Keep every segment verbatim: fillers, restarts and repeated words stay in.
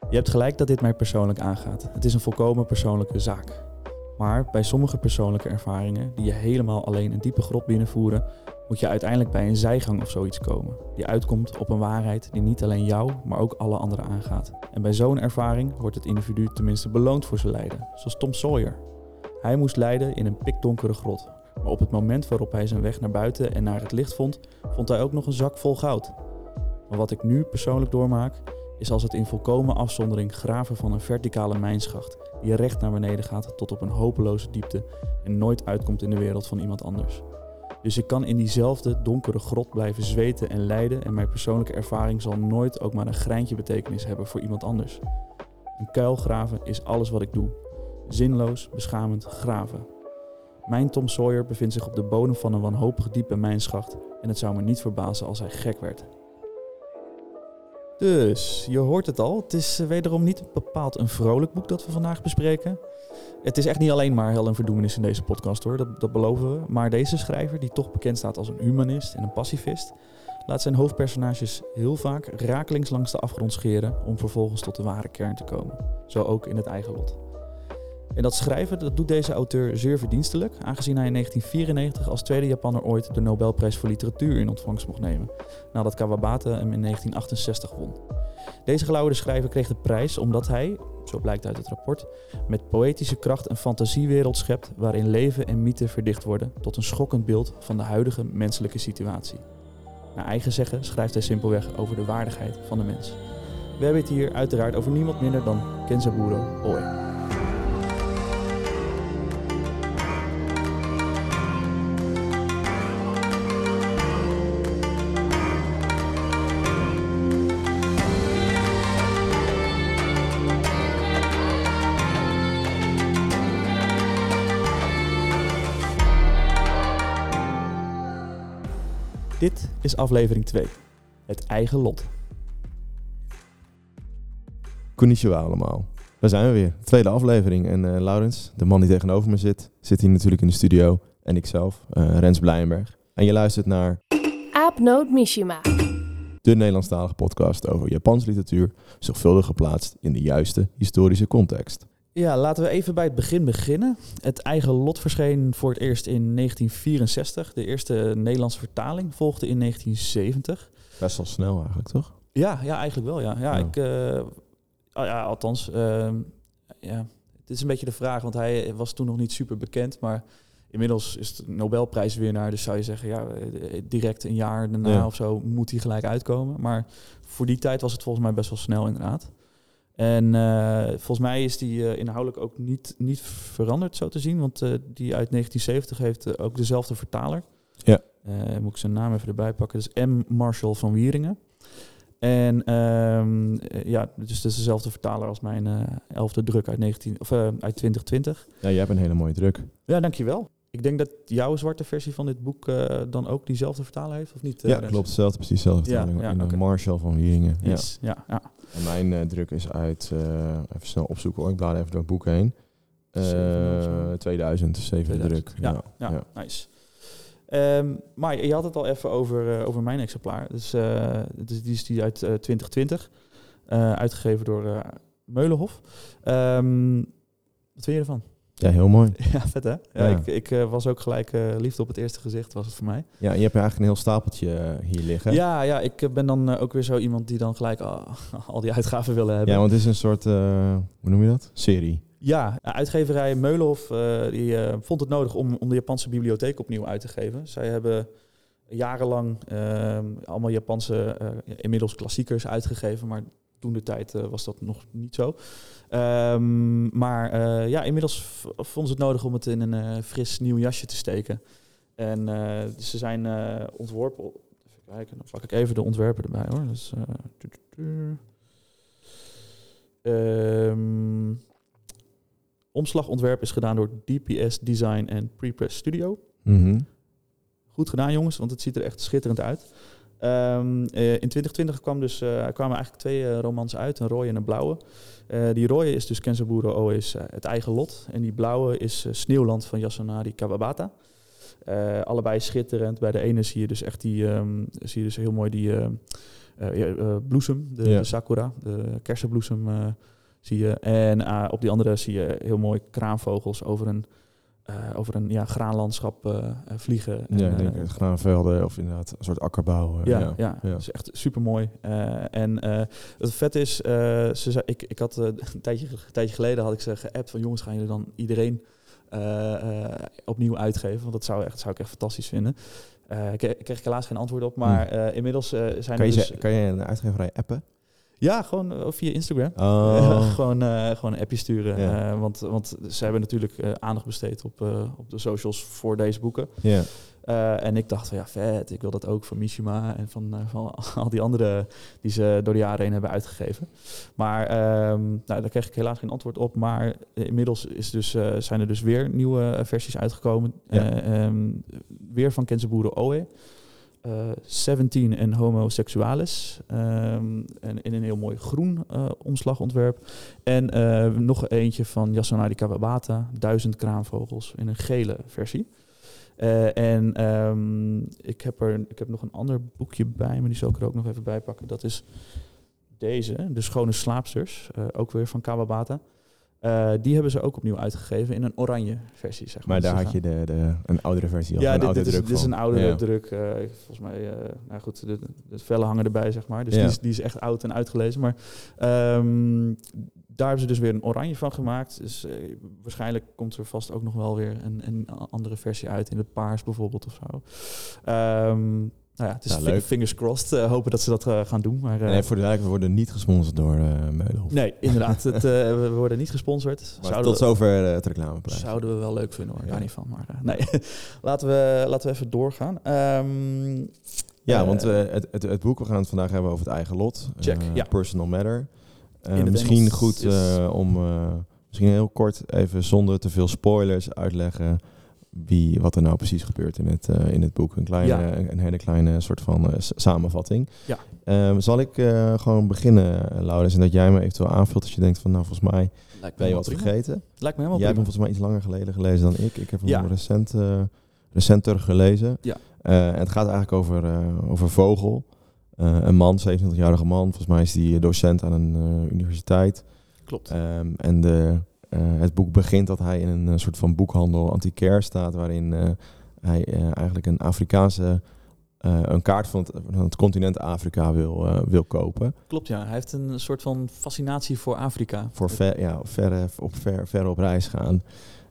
Je hebt gelijk dat dit mij persoonlijk aangaat. Het is een volkomen persoonlijke zaak. Maar bij sommige persoonlijke ervaringen die je helemaal alleen een diepe grot binnenvoeren, moet je uiteindelijk bij een zijgang of zoiets komen. Die uitkomt op een waarheid die niet alleen jou, maar ook alle anderen aangaat. En bij zo'n ervaring wordt het individu tenminste beloond voor zijn lijden. Zoals Tom Sawyer. Hij moest lijden in een pikdonkere grot. Maar op het moment waarop hij zijn weg naar buiten en naar het licht vond, vond hij ook nog een zak vol goud. Maar wat ik nu persoonlijk doormaak, is als het in volkomen afzondering graven van een verticale mijnschacht die recht naar beneden gaat tot op een hopeloze diepte en nooit uitkomt in de wereld van iemand anders. Dus ik kan in diezelfde donkere grot blijven zweten en lijden en mijn persoonlijke ervaring zal nooit ook maar een greintje betekenis hebben voor iemand anders. Een kuil graven is alles wat ik doe. Zinloos, beschamend graven. Mijn Tom Sawyer bevindt zich op de bodem van een wanhopig diepe mijnschacht en het zou me niet verbazen als hij gek werd. Dus, je hoort het al. Het is wederom niet bepaald een vrolijk boek dat we vandaag bespreken. Het is echt niet alleen maar hel en verdoemenis in deze podcast hoor, dat, dat beloven we. Maar deze schrijver, die toch bekend staat als een humanist en een pacifist, laat zijn hoofdpersonages heel vaak rakelings langs de afgrond scheren om vervolgens tot de ware kern te komen. Zo ook in het eigen lot. En dat schrijven, dat doet deze auteur zeer verdienstelijk, aangezien hij in negentien vierennegentig als tweede Japanner ooit de Nobelprijs voor literatuur in ontvangst mocht nemen, nadat Kawabata hem in negentien achtenzestig won. Deze gelouterde schrijver kreeg de prijs omdat hij, zo blijkt uit het rapport, met poëtische kracht een fantasiewereld schept waarin leven en mythe verdicht worden tot een schokkend beeld van de huidige menselijke situatie. Naar eigen zeggen schrijft hij simpelweg over de waardigheid van de mens. We hebben het hier uiteraard over niemand minder dan Kenzaburo Oe. Dit is aflevering twee. Het eigen lot. Konnichiwa allemaal. Daar zijn we weer. Tweede aflevering. En uh, Laurens, de man die tegenover me zit, zit hier natuurlijk in de studio. En ikzelf, uh, Rens Blijenberg. En je luistert naar Aapnoot Mishima. De Nederlandstalige podcast over Japans literatuur, zorgvuldig geplaatst in de juiste historische context. Ja, laten we even bij het begin beginnen. Het eigen lot verscheen voor het eerst in negentien vierenzestig. De eerste Nederlandse vertaling volgde in negentien zeventig. Best wel snel eigenlijk, toch? Ja, ja eigenlijk wel. Ja, ja, Ja. Ik, uh, oh, ja althans, uh, ja, het is een beetje de vraag, want hij was toen nog niet super bekend, maar inmiddels is het Nobelprijswinnaar, dus zou je zeggen, ja, direct een jaar daarna Ja. of zo moet hij gelijk uitkomen. Maar voor die tijd was het volgens mij best wel snel inderdaad. En uh, volgens mij is die uh, inhoudelijk ook niet, niet veranderd, zo te zien. Want uh, die uit negentien zeventig heeft uh, ook dezelfde vertaler. Ja. Uh, moet ik zijn naam even erbij pakken. Dat is M. Marshall van Wieringen. En um, uh, ja, dus het is dezelfde vertaler als mijn uh, elfde druk uit, negentien, of, uh, uit twintig twintig. Ja, jij hebt een hele mooie druk. Ja, dankjewel. Ik denk dat jouw zwarte versie van dit boek uh, dan ook diezelfde vertaler heeft, of niet? Uh, Ja, Rens? klopt. Hetzelfde, precies dezelfde Ja, vertaling. ja, in oké. de Marshall van Wieringen. Ja. Yes. Ja, ja. En mijn uh, druk is uit, uh, even snel opzoeken hoor, ik blaad even door het boek heen. Uh, Zeven of zo. tweeduizend, zevende tweeduizend. druk. Ja, ja, ja. Nice. Um, maar je had het al even over, uh, over mijn exemplaar. Dus, uh, dus die is die uit uh, twintig twintig, uh, uitgegeven door uh, Meulenhof. Um, wat vind je ervan? Ja, heel mooi. Ja, vet hè? Ja, Ja. Ik, ik uh, was ook gelijk uh, liefde op het eerste gezicht, was het voor mij. Ja, en je hebt eigenlijk een heel stapeltje uh, hier liggen. Ja, ja, ik ben dan uh, ook weer zo iemand die dan gelijk uh, al die uitgaven willen hebben. Ja, want het is een soort, uh, hoe noem je dat? Serie. Ja, uitgeverij Meulenhof uh, die, uh, vond het nodig om, om de Japanse bibliotheek opnieuw uit te geven. Zij hebben jarenlang uh, allemaal Japanse, uh, inmiddels klassiekers uitgegeven, maar toen de tijd uh, was dat nog niet zo. Um, maar uh, ja, inmiddels v- vonden ze het nodig om het in een uh, fris nieuw jasje te steken. En uh, dus ze zijn uh, ontworpen. Even kijken, dan pak ik even de ontwerpen erbij hoor. Dus, uh, tu, tu, tu. Um, omslagontwerp is gedaan door D P S Design en Prepress Studio. Mm-hmm. Goed gedaan jongens, want het ziet er echt schitterend uit. Um, uh, in twintig twintig kwam dus, uh, kwamen eigenlijk twee uh, romans uit, een rode en een blauwe. Uh, die rode is dus Kenzaburo Oe's uh, Het eigen lot. En die blauwe is uh, Sneeuwland van Yasunari Kawabata. Uh, allebei schitterend. Bij de ene zie je dus echt die, um, zie je dus heel mooi die, uh, uh, ja, uh, bloesem, de, Ja. de sakura, de kersenbloesem uh, zie je. En uh, op die andere zie je heel mooi kraanvogels over een, uh, over een ja, graanlandschap uh, uh, vliegen. Ja, en, ik denk uh, uh, graanvelden of inderdaad een soort akkerbouw. Uh, ja, ja, ja, ja. dat is echt super mooi. Uh, en uh, het vet is, uh, ze zei, ik, ik had uh, een, tijdje, een tijdje geleden had ik ze geappt van jongens, gaan jullie dan iedereen uh, uh, opnieuw uitgeven? Want dat zou, echt, zou ik echt fantastisch vinden. Uh, ik, ik kreeg helaas geen antwoord op, maar uh, inmiddels uh, zijn kan er je dus... ze, kan je een uitgeverij appen? Ja, gewoon uh, via Instagram. Oh. gewoon, uh, gewoon een appje sturen. Ja. Uh, want, want ze hebben natuurlijk uh, aandacht besteed op, uh, op de socials voor deze boeken. Ja. Uh, en ik dacht van ja, vet, ik wil dat ook van Mishima en van, uh, van al die andere die ze door de jaren heen hebben uitgegeven. Maar um, nou, daar kreeg ik helaas geen antwoord op. Maar inmiddels is dus, uh, zijn er dus weer nieuwe uh, versies uitgekomen. Ja. Uh, um, weer van Kenzaburo Oe. Uh, zeventien en Homosexualis. Um, en in een heel mooi groen uh, omslagontwerp. En uh, nog eentje van Yasunari Kawabata. Duizend kraanvogels in een gele versie. Uh, en um, ik, heb er, ik heb nog een ander boekje bij, maar die zal ik er ook nog even bij pakken. Dat is deze, De Schone Slaapsters, uh, ook weer van Kawabata. Uh, die hebben ze ook opnieuw uitgegeven in een oranje versie, zeg maar. Maar daar dus had je de, de, een oudere versie of ja, een dit, oudere dit, is, druk dit is van. een oudere Ja. druk. Uh, volgens mij, uh, nou goed, de, de vellen hangen erbij, zeg maar. Dus Ja. die, is, die is echt oud en uitgelezen. Maar um, daar hebben ze dus weer een oranje van gemaakt. Dus uh, waarschijnlijk komt er vast ook nog wel weer een, een andere versie uit in het paars bijvoorbeeld of zo. Um, nou ja, het is Ja, fi- leuk. fingers crossed. Uh, hopen dat ze dat uh, gaan doen. Maar, uh, Nee, voor de duidelijkheid, we worden niet gesponsord door uh, Meulenhof. nee, inderdaad. het, uh, we worden niet gesponsord. Maar tot we, zover uh, het reclamepraat. zouden we wel leuk vinden hoor. Ja. Daar niet van. Maar uh, nee, laten, we, laten we even doorgaan. Um, Ja, uh, want uh, het, het, het boek, we gaan het vandaag hebben over het eigen lot. Check, Uh, ja. Personal Matter. Uh, In het misschien Engels, goed yes. uh, om uh, misschien heel kort even zonder te veel spoilers uitleggen wie, wat er nou precies gebeurt in het, uh, in het boek. Een, kleine, Ja. een hele kleine soort van uh, s- samenvatting. Ja. Uh, zal ik uh, gewoon beginnen, uh, Laurens, en dat jij me eventueel aanvult als je denkt van, nou, volgens mij Lijkt ben je me wat prima. vergeten. Lijkt me helemaal Jij hebt hem prima. volgens mij iets langer geleden gelezen dan ik. Ik heb hem Ja. recent, uh, recenter gelezen. Ja. Uh, en het gaat eigenlijk over, uh, over Vogel. Uh, een man, zevenentwintigjarige man. Volgens mij is hij docent aan een uh, universiteit. Klopt. Um, en de, uh, het boek begint dat hij in een uh, soort van boekhandel antiquaire staat, waarin uh, hij uh, eigenlijk een Afrikaanse uh, een kaart van het, van het continent Afrika wil, uh, wil kopen. Klopt, ja. Hij heeft een soort van fascinatie voor Afrika. Voor ver, ja, verre, op ver, ver op reis gaan.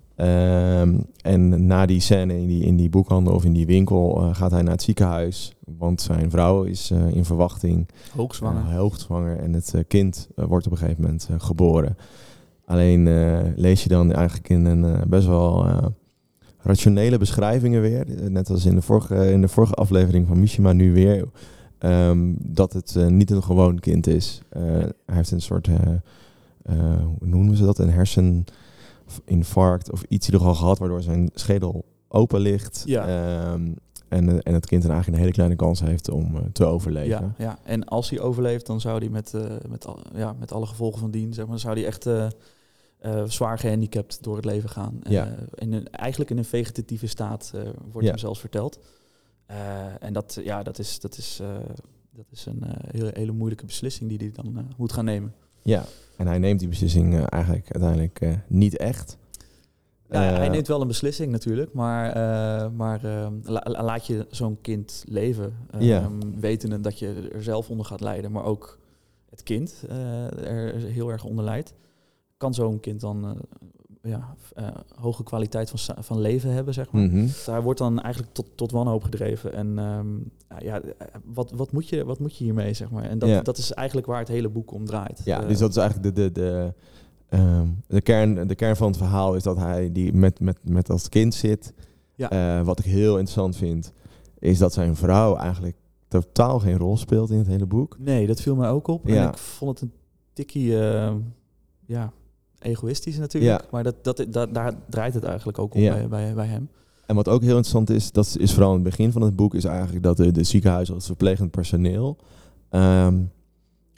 Um, en na die scène in die, in die boekhandel of in die winkel uh, gaat hij naar het ziekenhuis. Want zijn vrouw is uh, in verwachting. Hoogzwanger. Uh, hoogzwanger. En het uh, kind uh, wordt op een gegeven moment uh, geboren. Alleen uh, lees je dan eigenlijk in een uh, best wel uh, rationele beschrijvingen weer. Net als in de vorige, uh, in de vorige aflevering van Mishima nu weer. Um, dat het uh, niet een gewoon kind is. Uh, hij heeft een soort, uh, uh, hoe noemen ze dat? Een herseninfarct of iets in ieder geval gehad, waardoor zijn schedel open ligt. Ja. Um, en, uh, en het kind dan eigenlijk een hele kleine kans heeft om uh, te overleven. Ja, ja, en als hij overleeft, dan zou hij met, uh, met, al, ja, met alle gevolgen van dien, zeg maar, zou hij echt uh, uh, zwaar gehandicapt door het leven gaan. Ja. Uh, in een, eigenlijk in een vegetatieve staat uh, wordt Ja. hem zelfs verteld. Uh, en dat, ja, dat is, dat is, uh, dat is een uh, hele, hele moeilijke beslissing die hij dan uh, moet gaan nemen. Ja, en hij neemt die beslissing uh, eigenlijk uiteindelijk uh, niet echt. Ja, Uh, hij neemt wel een beslissing natuurlijk, maar, uh, maar uh, la, la, laat je zo'n kind leven, uh, Ja. um, wetende dat je er zelf onder gaat lijden, maar ook het kind uh, er heel erg onder lijdt. Kan zo'n kind dan uh, ja, uh, hoge kwaliteit van, sa- van leven hebben, zeg maar. Mm-hmm. Hij wordt dan eigenlijk tot, tot wanhoop gedreven. En um, ja, wat, wat, moet je, wat moet je hiermee, zeg maar? En dat, Ja. dat is eigenlijk waar het hele boek om draait. Ja, Uh, dus dat is eigenlijk de, de, de, um, de, kern, de kern van het verhaal is dat hij die met, met, met als kind zit. Ja. Uh, wat ik heel interessant vind, is dat zijn vrouw eigenlijk totaal geen rol speelt in het hele boek. Nee, dat viel mij ook op. Ja. En ik vond het een tikkie uh, ja, egoïstisch natuurlijk. Ja. Maar dat, dat, dat, daar draait het eigenlijk ook om Ja. bij, bij, bij hem. En wat ook heel interessant is, dat is vooral in het begin van het boek, is eigenlijk dat de, de ziekenhuizen, het verplegend personeel, um,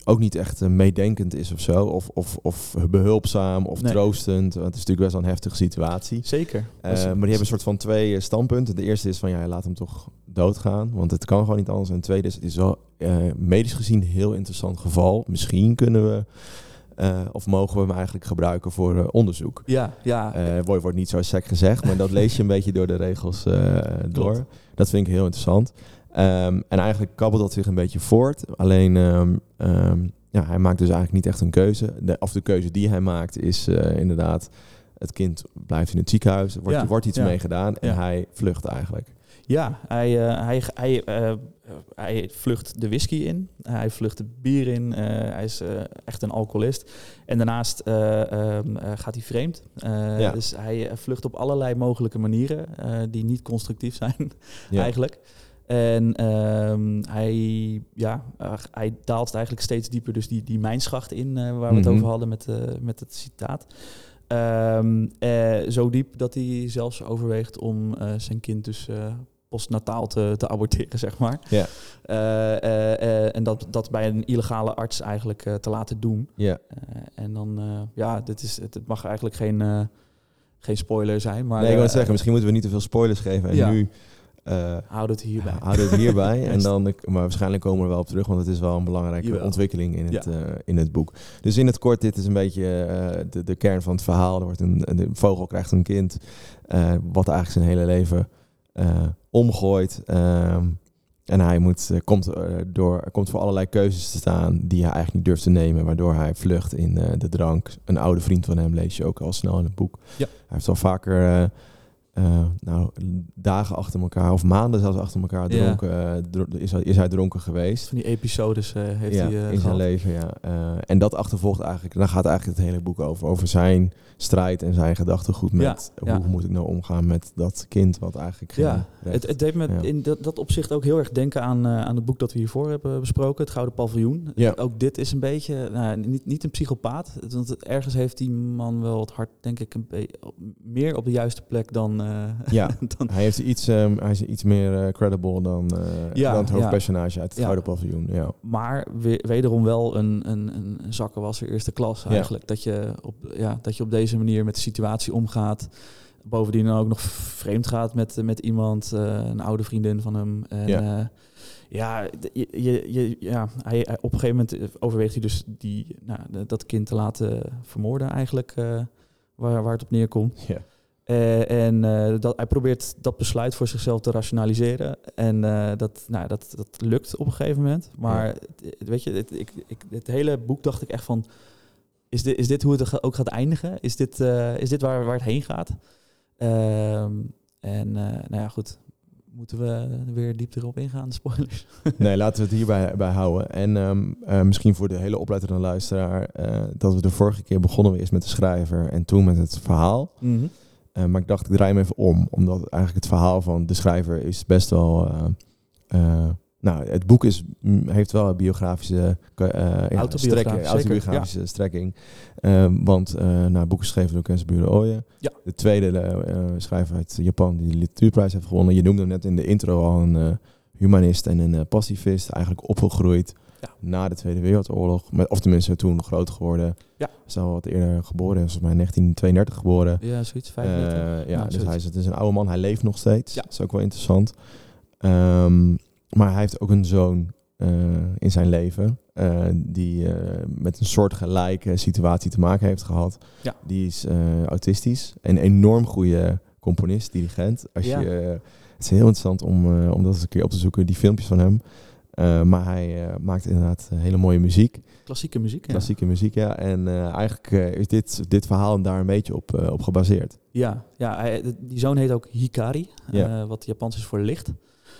ook niet echt uh, meedenkend is of zo. Of, of, of behulpzaam of nee. troostend. Want het is natuurlijk best wel een heftige situatie. Zeker. Uh, maar die hebben een soort van twee uh, standpunten. De eerste is van, ja, laat hem toch doodgaan. Want het kan gewoon niet anders. En het tweede is, het is wel uh, medisch gezien een heel interessant geval. Misschien kunnen we... Uh, of mogen we hem eigenlijk gebruiken voor uh, onderzoek? Ja, ja. Uh, wordt, wordt niet zo sec gezegd, maar dat lees je een beetje door de regels uh, door. Klopt. Dat vind ik heel interessant. Um, en eigenlijk kabbelt dat zich een beetje voort. Alleen, um, um, ja, hij maakt dus eigenlijk niet echt een keuze. De, of de keuze die hij maakt is uh, inderdaad... het kind blijft in het ziekenhuis, er wordt, ja, wordt iets ja. mee gedaan en ja. hij vlucht eigenlijk. Ja, hij, uh, hij, hij, uh, hij vlucht de whisky in, hij vlucht de bier in, uh, hij is uh, echt een alcoholist. En daarnaast uh, uh, gaat hij vreemd. Uh, ja. Dus hij vlucht op allerlei mogelijke manieren uh, die niet constructief zijn ja. eigenlijk. En um, hij, ja, uh, hij daalt eigenlijk steeds dieper dus die, die mijnschacht in uh, waar we mm-hmm. het over hadden met, uh, met het citaat. Um, uh, zo diep dat hij zelfs overweegt om uh, zijn kind dus uh, postnataal te, te aborteren, zeg maar. Ja. Uh, uh, uh, en dat, dat bij een illegale arts eigenlijk uh, te laten doen. Ja. Uh, en dan, uh, ja, dit is, het, het mag eigenlijk geen, uh, geen spoiler zijn. Maar, nee, ik wil uh, zeggen, misschien moeten we niet te veel spoilers geven. En ja. nu... Uh, houd het hierbij. Houd het hierbij. en dan, maar waarschijnlijk komen we er wel op terug, want het is wel een belangrijke Jawel. ontwikkeling in het, ja. uh, in het boek. Dus in het kort, dit is een beetje uh, de, de kern van het verhaal. Er wordt een, een vogel krijgt een kind, uh, wat eigenlijk zijn hele leven uh, omgooit. Uh, en hij moet, uh, komt, uh, door, komt voor allerlei keuzes te staan die hij eigenlijk niet durft te nemen, waardoor hij vlucht in uh, de drank. Een oude vriend van hem lees je ook al snel in het boek. Ja. Hij heeft al vaker... Uh, Uh, nou, dagen achter elkaar of maanden zelfs achter elkaar dronken, ja. uh, dro- is, hij, is hij dronken geweest. Van die episodes uh, heeft ja, hij uh, in zijn gehad. leven, ja. Uh, en dat achtervolgt eigenlijk, daar gaat eigenlijk het hele boek over. Over zijn strijd en zijn gedachtegoed met ja, hoe ja. moet ik nou omgaan met dat kind wat eigenlijk geen ja, het, het deed me ja. in dat, dat opzicht ook heel erg denken aan, uh, aan het boek dat we hiervoor hebben besproken, Het Gouden Paviljoen. Ja. Ook dit is een beetje, nou, niet, niet een psychopaat, want ergens heeft die man wel het hart, denk ik, een be- meer op de juiste plek dan... Uh, ja. Dan hij, heeft iets, um, hij is iets meer uh, credible dan, uh, ja, dan het hoofdpersonage ja. uit het ja. Gouden Paviljoen. Ja. Maar we, wederom wel een, een, een zakkenwasser eerste klas eigenlijk. Ja. Dat, je op, ja, dat je op deze manier met de situatie omgaat. Bovendien dan ook nog vreemd gaat met, met iemand, uh, een oude vriendin van hem. En, ja, uh, ja, je, je, je, ja hij, hij, op een gegeven moment overweegt hij dus die, nou, dat kind te laten vermoorden eigenlijk. Uh, waar, waar het op neerkomt. Ja. Uh, en uh, dat, hij probeert dat besluit voor zichzelf te rationaliseren. En uh, dat, nou, dat, dat lukt op een gegeven moment. Maar ja. het, weet je, het, ik, ik, het hele boek dacht ik echt van... Is dit, is dit hoe het ook gaat eindigen? Is dit, uh, is dit waar, waar het heen gaat? Uh, en uh, nou ja, goed. Moeten we weer diep erop ingaan, de spoilers? Nee, laten we het hierbij bij houden. En um, uh, misschien voor de hele oplettende luisteraar... Uh, dat we de vorige keer begonnen we eerst met de schrijver... en toen met het verhaal... Mm-hmm. Uh, maar ik dacht, ik draai hem even om. Omdat eigenlijk het verhaal van de schrijver is best wel... Uh, uh, nou, het boek is, m, heeft wel een biografische... Uh, ja, strekking, autobiografische ja. strekking. Uh, want uh, nou, het boek is geschreven door Kenzaburo Oye. Ja. De tweede uh, schrijver uit Japan die de literatuurprijs heeft gewonnen. Je noemde hem net in de intro al een uh, humanist en een uh, pacifist. Eigenlijk opgegroeid ja. na de Tweede Wereldoorlog. Met, of tenminste toen groot geworden. Ja. Hij is al wat eerder geboren. Hij is volgens mij negentien tweeëndertig geboren. Ja, zoiets. vijfendertig. Uh, ja, ja, dus hij is, het is een oude man. Hij leeft nog steeds. Ja. Dat is ook wel interessant. Um, maar hij heeft ook een zoon uh, in zijn leven. Uh, die uh, met een soortgelijke situatie te maken heeft gehad. Ja. Die is uh, autistisch. Een enorm goede componist, dirigent. Als ja. je, uh, het is heel interessant om, uh, om dat eens een keer op te zoeken. Die filmpjes van hem. Uh, maar hij uh, maakt inderdaad uh, hele mooie muziek. Klassieke muziek, ja. Klassieke muziek, ja. En uh, eigenlijk uh, is dit, dit verhaal daar een beetje op, uh, op gebaseerd. Ja, ja hij, die zoon heet ook Hikari, ja. uh, wat Japans is voor licht.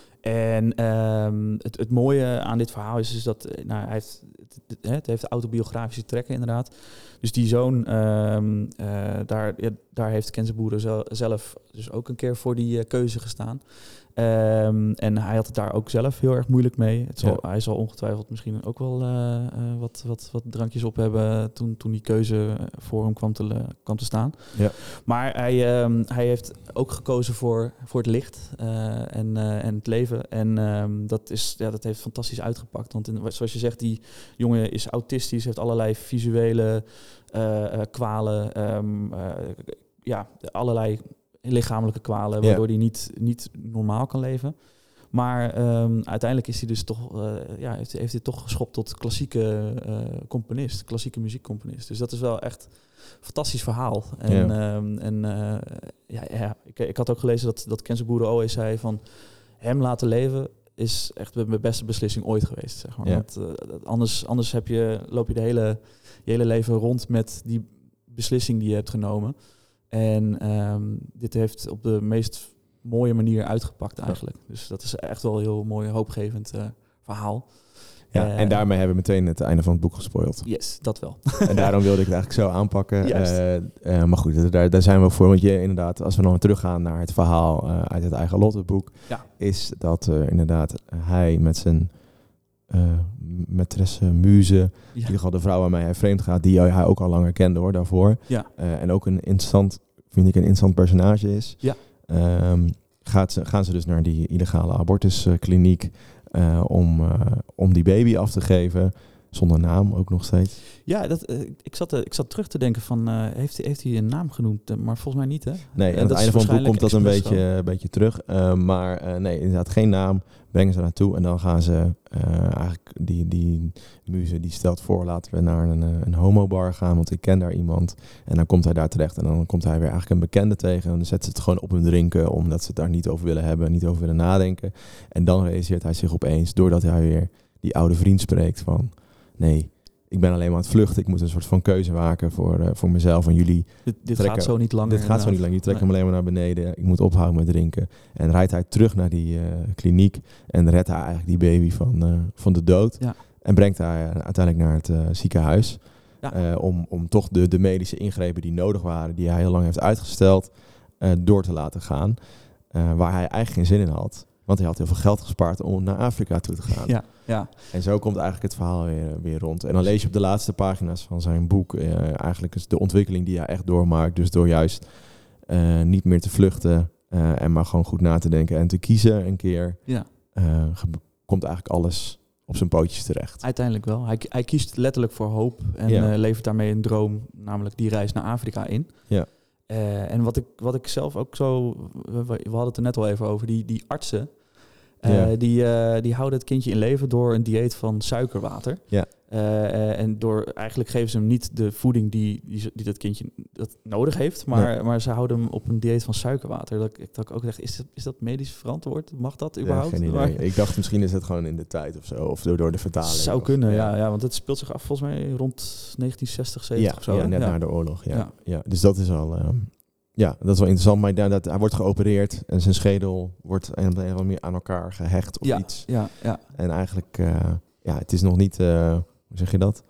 En um, het, het mooie aan dit verhaal is, is dat nou, hij heeft, het, het heeft autobiografische trekken inderdaad. Dus die zoon, um, uh, daar, ja, daar heeft Kenzaburo zelf dus ook een keer voor die uh, keuze gestaan. Um, en hij had het daar ook zelf heel erg moeilijk mee. Het zal, Ja. Hij zal ongetwijfeld misschien ook wel uh, uh, wat, wat, wat drankjes op hebben toen, toen die keuze voor hem kwam te, uh, kwam te staan. Ja. Maar hij, um, hij heeft ook gekozen voor, voor het licht uh, en, uh, en het leven. En um, dat, is, ja, dat heeft fantastisch uitgepakt. Want in, zoals je zegt, die jongen is autistisch, heeft allerlei visuele uh, uh, kwalen, um, uh, ja, allerlei lichamelijke kwalen, waardoor hij ja. niet, niet normaal kan leven. Maar um, uiteindelijk is hij dus toch, uh, ja, heeft, heeft hij toch geschopt tot klassieke uh, componist, klassieke muziekcomponist. Dus dat is wel echt een fantastisch verhaal. En, ja. um, en uh, ja, ja, ik, ik had ook gelezen dat, dat Kenzaburo ooit zei van hem laten leven is echt mijn beste beslissing ooit geweest. Zeg maar. Ja. Want uh, anders, anders heb je, loop je de hele, je hele leven rond met die beslissing die je hebt genomen. En um, dit heeft op de meest mooie manier uitgepakt eigenlijk. Ja. Dus dat is echt wel een heel mooi, hoopgevend uh, verhaal. Ja, uh, en daarmee hebben we meteen het einde van het boek gespoild. Yes, dat wel. En daarom wilde ik het eigenlijk zo aanpakken. Uh, uh, maar goed, daar, daar zijn we voor. Want je inderdaad, als we dan teruggaan naar het verhaal uh, uit het eigen lot, het boek, ja. is dat uh, inderdaad hij met zijn uh, maîtresse, muze, ja. in ieder geval de vrouw waarmee hij vreemd gaat, die hij ook al langer kende hoor, daarvoor. Ja. Uh, en ook een interessant, vind ik een interessant personage is. Ja. Um, gaat ze, gaan ze dus naar die illegale abortuskliniek uh, om, uh, om die baby af te geven. Zonder naam ook nog steeds. Ja, dat, uh, ik, zat, uh, ik zat terug te denken van, uh, heeft, hij, heeft hij een naam genoemd? Uh, maar volgens mij niet, hè? Nee, aan het einde van het boek komt dat een beetje, een beetje terug. Uh, maar uh, nee, inderdaad geen naam. Brengen ze naartoe en dan gaan ze uh, eigenlijk die, die muze die stelt voor, laten we naar een, een homobar gaan, want ik ken daar iemand. En dan komt hij daar terecht en dan komt hij weer eigenlijk een bekende tegen en dan zetten ze het gewoon op hun drinken, omdat ze het daar niet over willen hebben, niet over willen nadenken. En dan realiseert hij zich opeens, doordat hij weer die oude vriend spreekt van, nee, ik ben alleen maar aan het vluchten. Ik moet een soort van keuze maken voor, uh, voor mezelf. En jullie dit dit trekken, gaat zo niet langer. Dit gaat inderdaad. zo niet langer. Je trekken nee. hem alleen maar naar beneden. Ik moet ophouden met drinken. En rijdt hij terug naar die uh, kliniek. En redt hij eigenlijk die baby van, uh, van de dood. Ja. En brengt hij uh, uiteindelijk naar het uh, ziekenhuis. Ja. Uh, om, om toch de, de medische ingrepen die nodig waren, die hij heel lang heeft uitgesteld, uh, door te laten gaan. Uh, waar hij eigenlijk geen zin in had. Want hij had heel veel geld gespaard om naar Afrika toe te gaan. Ja, ja. En zo komt eigenlijk het verhaal weer, weer rond. En dan lees je op de laatste pagina's van zijn boek uh, eigenlijk is de ontwikkeling die hij echt doormaakt. Dus door juist uh, niet meer te vluchten uh, en maar gewoon goed na te denken en te kiezen een keer. Ja. Uh, ge- komt eigenlijk alles op zijn pootjes terecht. Uiteindelijk wel. Hij, hij kiest letterlijk voor hoop en ja. uh, levert daarmee een droom, namelijk die reis naar Afrika in. Ja. Uh, en wat ik, wat ik zelf ook zo... We, we hadden het er net al even over. Die, die artsen, uh, ja. die, uh, die houden het kindje in leven door een dieet van suikerwater. Ja. Uh, uh, en door eigenlijk geven ze hem niet de voeding die, die, die dat kindje dat nodig heeft. Maar, nee. maar ze houden hem op een dieet van suikerwater. Dat ik, dat ik ook dacht, is dat, is dat medisch verantwoord? Mag dat überhaupt? Ja, geen idee. Maar, ik dacht misschien is het gewoon in de tijd of zo. Of door, door de vertaling. Zou of, kunnen, ja. ja, ja. Want het speelt zich af volgens mij rond negentien zestig, zeventig ja, of zo. Ja, net ja. na de oorlog. Ja. Ja. Ja. Dus dat is al... Um, ja, dat is wel interessant. Maar dat, hij wordt geopereerd en zijn schedel wordt een of andere manier aan elkaar gehecht of ja, iets. Ja, ja. En eigenlijk... Uh, ja, het is nog niet... Uh, hoe zeg je dat?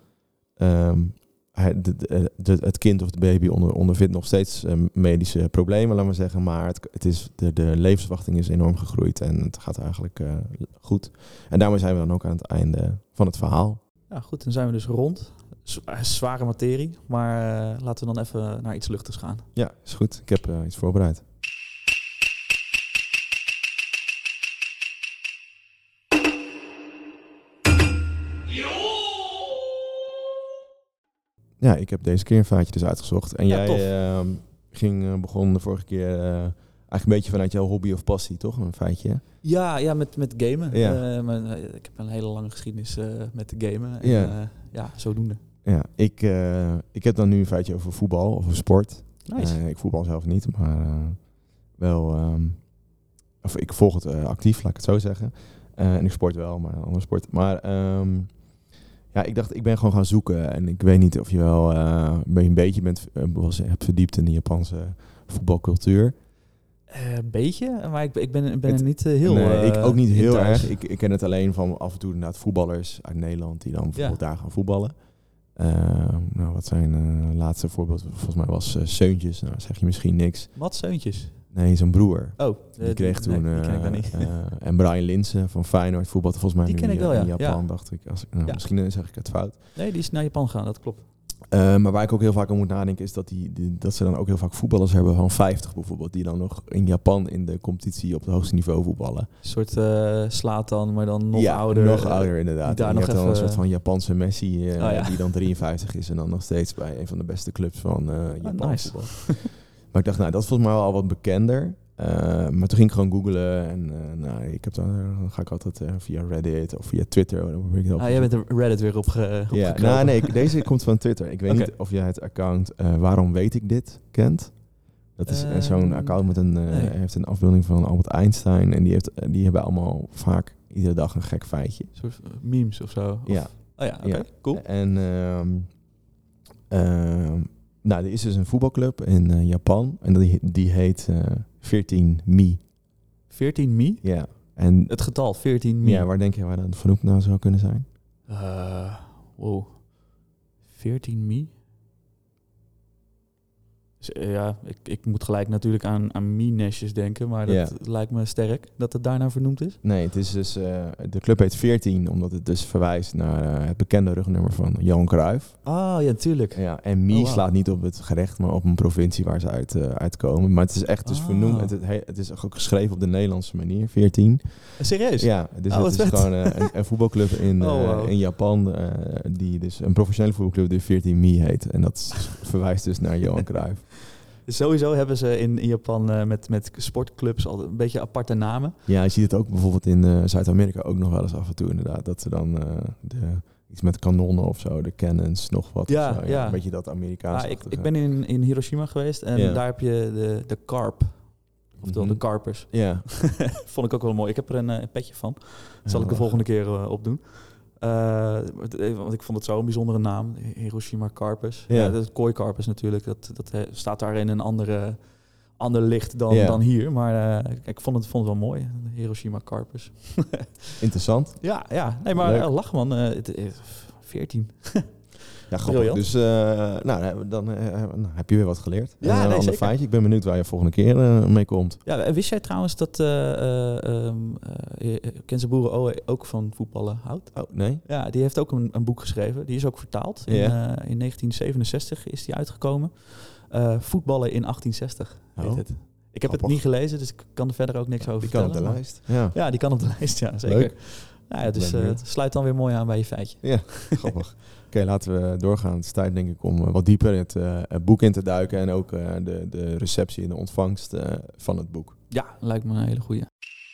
Um, hij, de, de, de, het kind of de baby onder, ondervindt nog steeds uh, medische problemen, laten we zeggen. Maar het, het is, de, de levensverwachting is enorm gegroeid en het gaat eigenlijk uh, goed. En daarmee zijn we dan ook aan het einde van het verhaal. Ja, goed. Dan zijn we dus rond. Zware materie, maar uh, laten we dan even naar iets luchtigs gaan. Ja, is goed. Ik heb uh, iets voorbereid. Ja, ik heb deze keer een feitje dus uitgezocht. En ja, jij uh, ging, uh, begon de vorige keer uh, eigenlijk een beetje vanuit jouw hobby of passie, toch? Een feitje. Ja, ja met, met gamen. Ja. Uh, maar, uh, ik heb een hele lange geschiedenis uh, met de gamen. En, ja. Uh, ja, zodoende. Ja, ik, uh, ik heb dan nu een feitje over voetbal, over sport. Nice. Uh, ik voetbal zelf niet, maar uh, wel... Um, of ik volg het uh, actief, laat ik het zo zeggen. Uh, en ik sport wel, maar een andere sport. Maar um, ja, ik dacht, ik ben gewoon gaan zoeken. En ik weet niet of je wel uh, een beetje bent, uh, was, hebt verdiept in de Japanse voetbalcultuur. Een uh, beetje, maar ik, ik ben, ik ben het, er niet uh, heel Nee, uh, ik ook niet heel erg. thuis. Ik, ik ken het alleen van af en toe inderdaad voetballers uit Nederland die dan bijvoorbeeld ja. daar gaan voetballen. Uh, nou, wat zijn uh, laatste voorbeeld? Volgens mij was uh, Seuntjes. Nou, zeg je misschien niks. Wat Seuntjes? Nee, zijn broer. Oh, Die uh, kreeg nee, toen... die ken ik uh, dan niet. uh, en Brian Linsen van Feyenoord voetbalde volgens mij Die nu ken in, ik wel, ja. in Japan, Ja. dacht ik. Als, nou, Ja. Misschien zeg ik het fout. Nee, die is naar Japan gegaan, dat klopt. Uh, maar waar ik ook heel vaak aan moet nadenken is dat, die, die, dat ze dan ook heel vaak voetballers hebben van vijftig bijvoorbeeld. Die dan nog in Japan in de competitie op het hoogste niveau voetballen. Een soort uh, Slatan, maar dan nog ja, ouder. nog ouder inderdaad. Daar en nog je hebt dan even... een soort van Japanse Messi uh, oh, ja. die dan drieënvijftig is en dan nog steeds bij een van de beste clubs van uh, Japan oh, nice. voetbal. Maar ik dacht, nou, dat is volgens mij wel al wat bekender. Uh, maar toen ging ik gewoon googlen en uh, nou, ik heb dan, dan ga ik altijd uh, via Reddit of via Twitter. Ah, jij bent de Reddit weer opge, op Ja, nou, nee, deze komt van Twitter. Ik weet okay. niet of jij het account uh, Waarom Weet Ik Dit kent. Dat is uh, zo'n account met een, uh, nee. heeft een afbeelding van Albert Einstein en die, heeft, uh, die hebben allemaal vaak iedere dag een gek feitje. Een soort memes of zo? Of? Ja. Oh ja, oké, okay. ja. Cool. En um, um, nou, er is dus een voetbalclub in uh, Japan en die, die heet uh, veertien Mi. veertien Mi? Ja. En het getal veertien Mi. Ja, waar denk je waar dat vernoemd nou zou kunnen zijn? Uh, wow. veertien Mi? Dus, uh, ja, ik, ik moet gelijk natuurlijk aan, aan Mi-nestjes denken, maar dat yeah. lijkt me sterk dat het daarna vernoemd is. Nee, het is dus, uh, de club heet veertien, omdat het dus verwijst naar uh, het bekende rugnummer van Johan Cruijff. Ah, ja, tuurlijk. Ja, en Mi oh, wow. slaat niet op het gerecht, maar op een provincie waar ze uit, uh, uitkomen. Maar het is echt dus ah. vernoemd, het, het, het is ook geschreven op de Nederlandse manier, veertien. Serieus? Ja, dus oh, het is vet. gewoon uh, een, een voetbalclub in, uh, oh, wow. in Japan, uh, die dus een professionele voetbalclub die veertien Mi heet. En dat verwijst dus naar Johan Cruijff. Sowieso hebben ze in, in Japan uh, met, met sportclubs al een beetje aparte namen. Ja, je ziet het ook bijvoorbeeld in uh, Zuid-Amerika ook nog wel eens af en toe inderdaad. Dat ze dan uh, de, iets met kanonnen of zo, de cannons, nog wat. Ja, of zo. ja, ja. Een beetje dat Amerikaanse. Ja, ik, ik ben in, in Hiroshima geweest en ja. daar heb je de, de karp. Oftewel mm-hmm. de karpers. Ja. Vond ik ook wel mooi. Ik heb er een, een petje van. Dat zal ja, ik de volgende keer uh, opdoen. Uh, want ik vond het zo'n bijzondere naam, Hiroshima Karpers. Ja. Ja, dat Koi Karpers natuurlijk, dat, dat he, staat daar in een andere, ander licht dan, ja. dan hier. Maar uh, ik vond het, vond het wel mooi, Hiroshima Karpers. Interessant. Ja, ja. Nee, maar uh, lach man, uh, veertien. Ja, grappig. Dus uh, nou, dan uh, nou, heb je weer wat geleerd. Ja, een nee, ander feitje. Ik ben benieuwd waar je volgende keer uh, mee komt. Ja, wist jij trouwens dat uh, uh, um, uh, Kenzaburo Oe ook van voetballen houdt? Oh, nee? Ja, die heeft ook een, een boek geschreven. Die is ook vertaald. In, yeah. uh, in negentien zevenenzestig is die uitgekomen. Uh, voetballen in achttien zestig heet oh. het. Ik heb Grappig. het niet gelezen, dus ik kan er verder ook niks over die vertellen. Die kan op de lijst. Ja. ja, die kan op de lijst, ja, zeker. Leuk. Nou ja, dus uh, het sluit dan weer mooi aan bij je feitje. Ja, grappig. Oké, okay, laten we doorgaan. Het is tijd denk ik om uh, wat dieper het, uh, het boek in te duiken en ook uh, de, de receptie en de ontvangst uh, van het boek. Ja, lijkt me een hele goeie.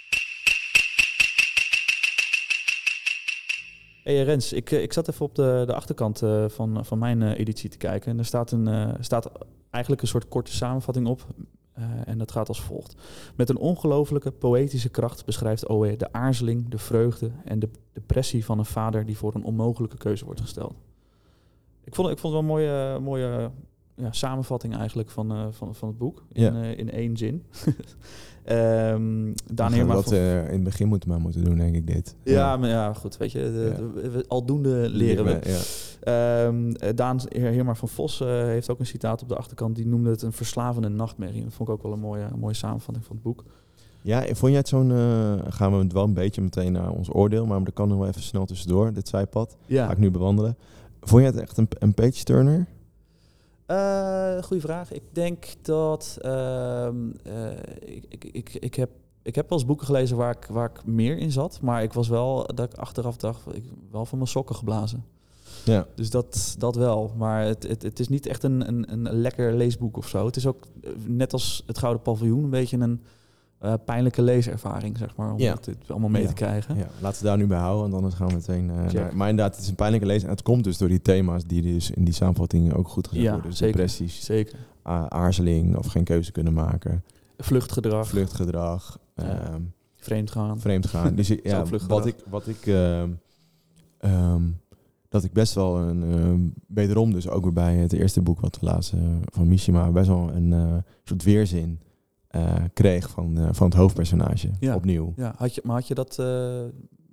Hey Rens, ik, ik zat even op de, de achterkant uh, van, van mijn uh, editie te kijken. En er staat, een, uh, staat eigenlijk een soort korte samenvatting op. Uh, en dat gaat als volgt. Met een ongelofelijke poëtische kracht beschrijft Oe de aarzeling, de vreugde en de depressie van een vader die voor een onmogelijke keuze wordt gesteld. Ik vond, ik vond het wel een mooie, mooie ja, samenvatting eigenlijk van, uh, van, van het boek. In, ja. uh, in één zin. um, Daan Heerma dat uh, in het begin moeten maar moeten doen, denk ik, dit. Ja, ja. Maar ja, goed, weet je. De, ja. de, de, aldoende leren we. Ja. Um, Daan Heerma van Vos uh, heeft ook een citaat op de achterkant. Die noemde het een verslavende nachtmerrie. Dat vond ik ook wel een mooie, een mooie samenvatting van het boek. Ja, vond jij het zo'n... Uh, gaan we wel een beetje meteen naar ons oordeel, maar er kan nog wel even snel tussendoor, dit zijpad. Ja. Ga ik nu bewandelen. Vond jij het echt een, een page-turner? Uh, goeie vraag. Ik denk dat... Uh, uh, ik, ik, ik, ik, heb, ik heb wel eens boeken gelezen waar ik, waar ik meer in zat. Maar ik was wel, dat ik achteraf dacht, ik wel van mijn sokken geblazen. Ja. Dus dat, dat wel. Maar het, het, het is niet echt een, een, een lekker leesboek of zo. Het is ook, net als het Gouden Paviljoen, een beetje een uh, pijnlijke leeservaring, zeg maar. Om ja. het allemaal mee ja. te krijgen. Ja. Laten we daar nu bij houden, want anders gaan we meteen... Uh, naar, maar inderdaad, het is een pijnlijke lezer. En het komt dus door die thema's die dus in die samenvatting ook goed gezegd ja, worden. Dus zeker, depressies, zeker. Uh, aarzeling of geen keuze kunnen maken. Vluchtgedrag. Vluchtgedrag. Ja. Um, vreemdgaan. Vreemdgaan. Dus ja, wat ik... Wat ik uh, um, dat ik best wel een, uh, wederom dus ook weer bij het eerste boek wat we lazen uh, van Mishima, best wel een uh, soort weerzin uh, kreeg van, uh, van het hoofdpersonage, ja. opnieuw. Ja, had je, maar had je dat, uh,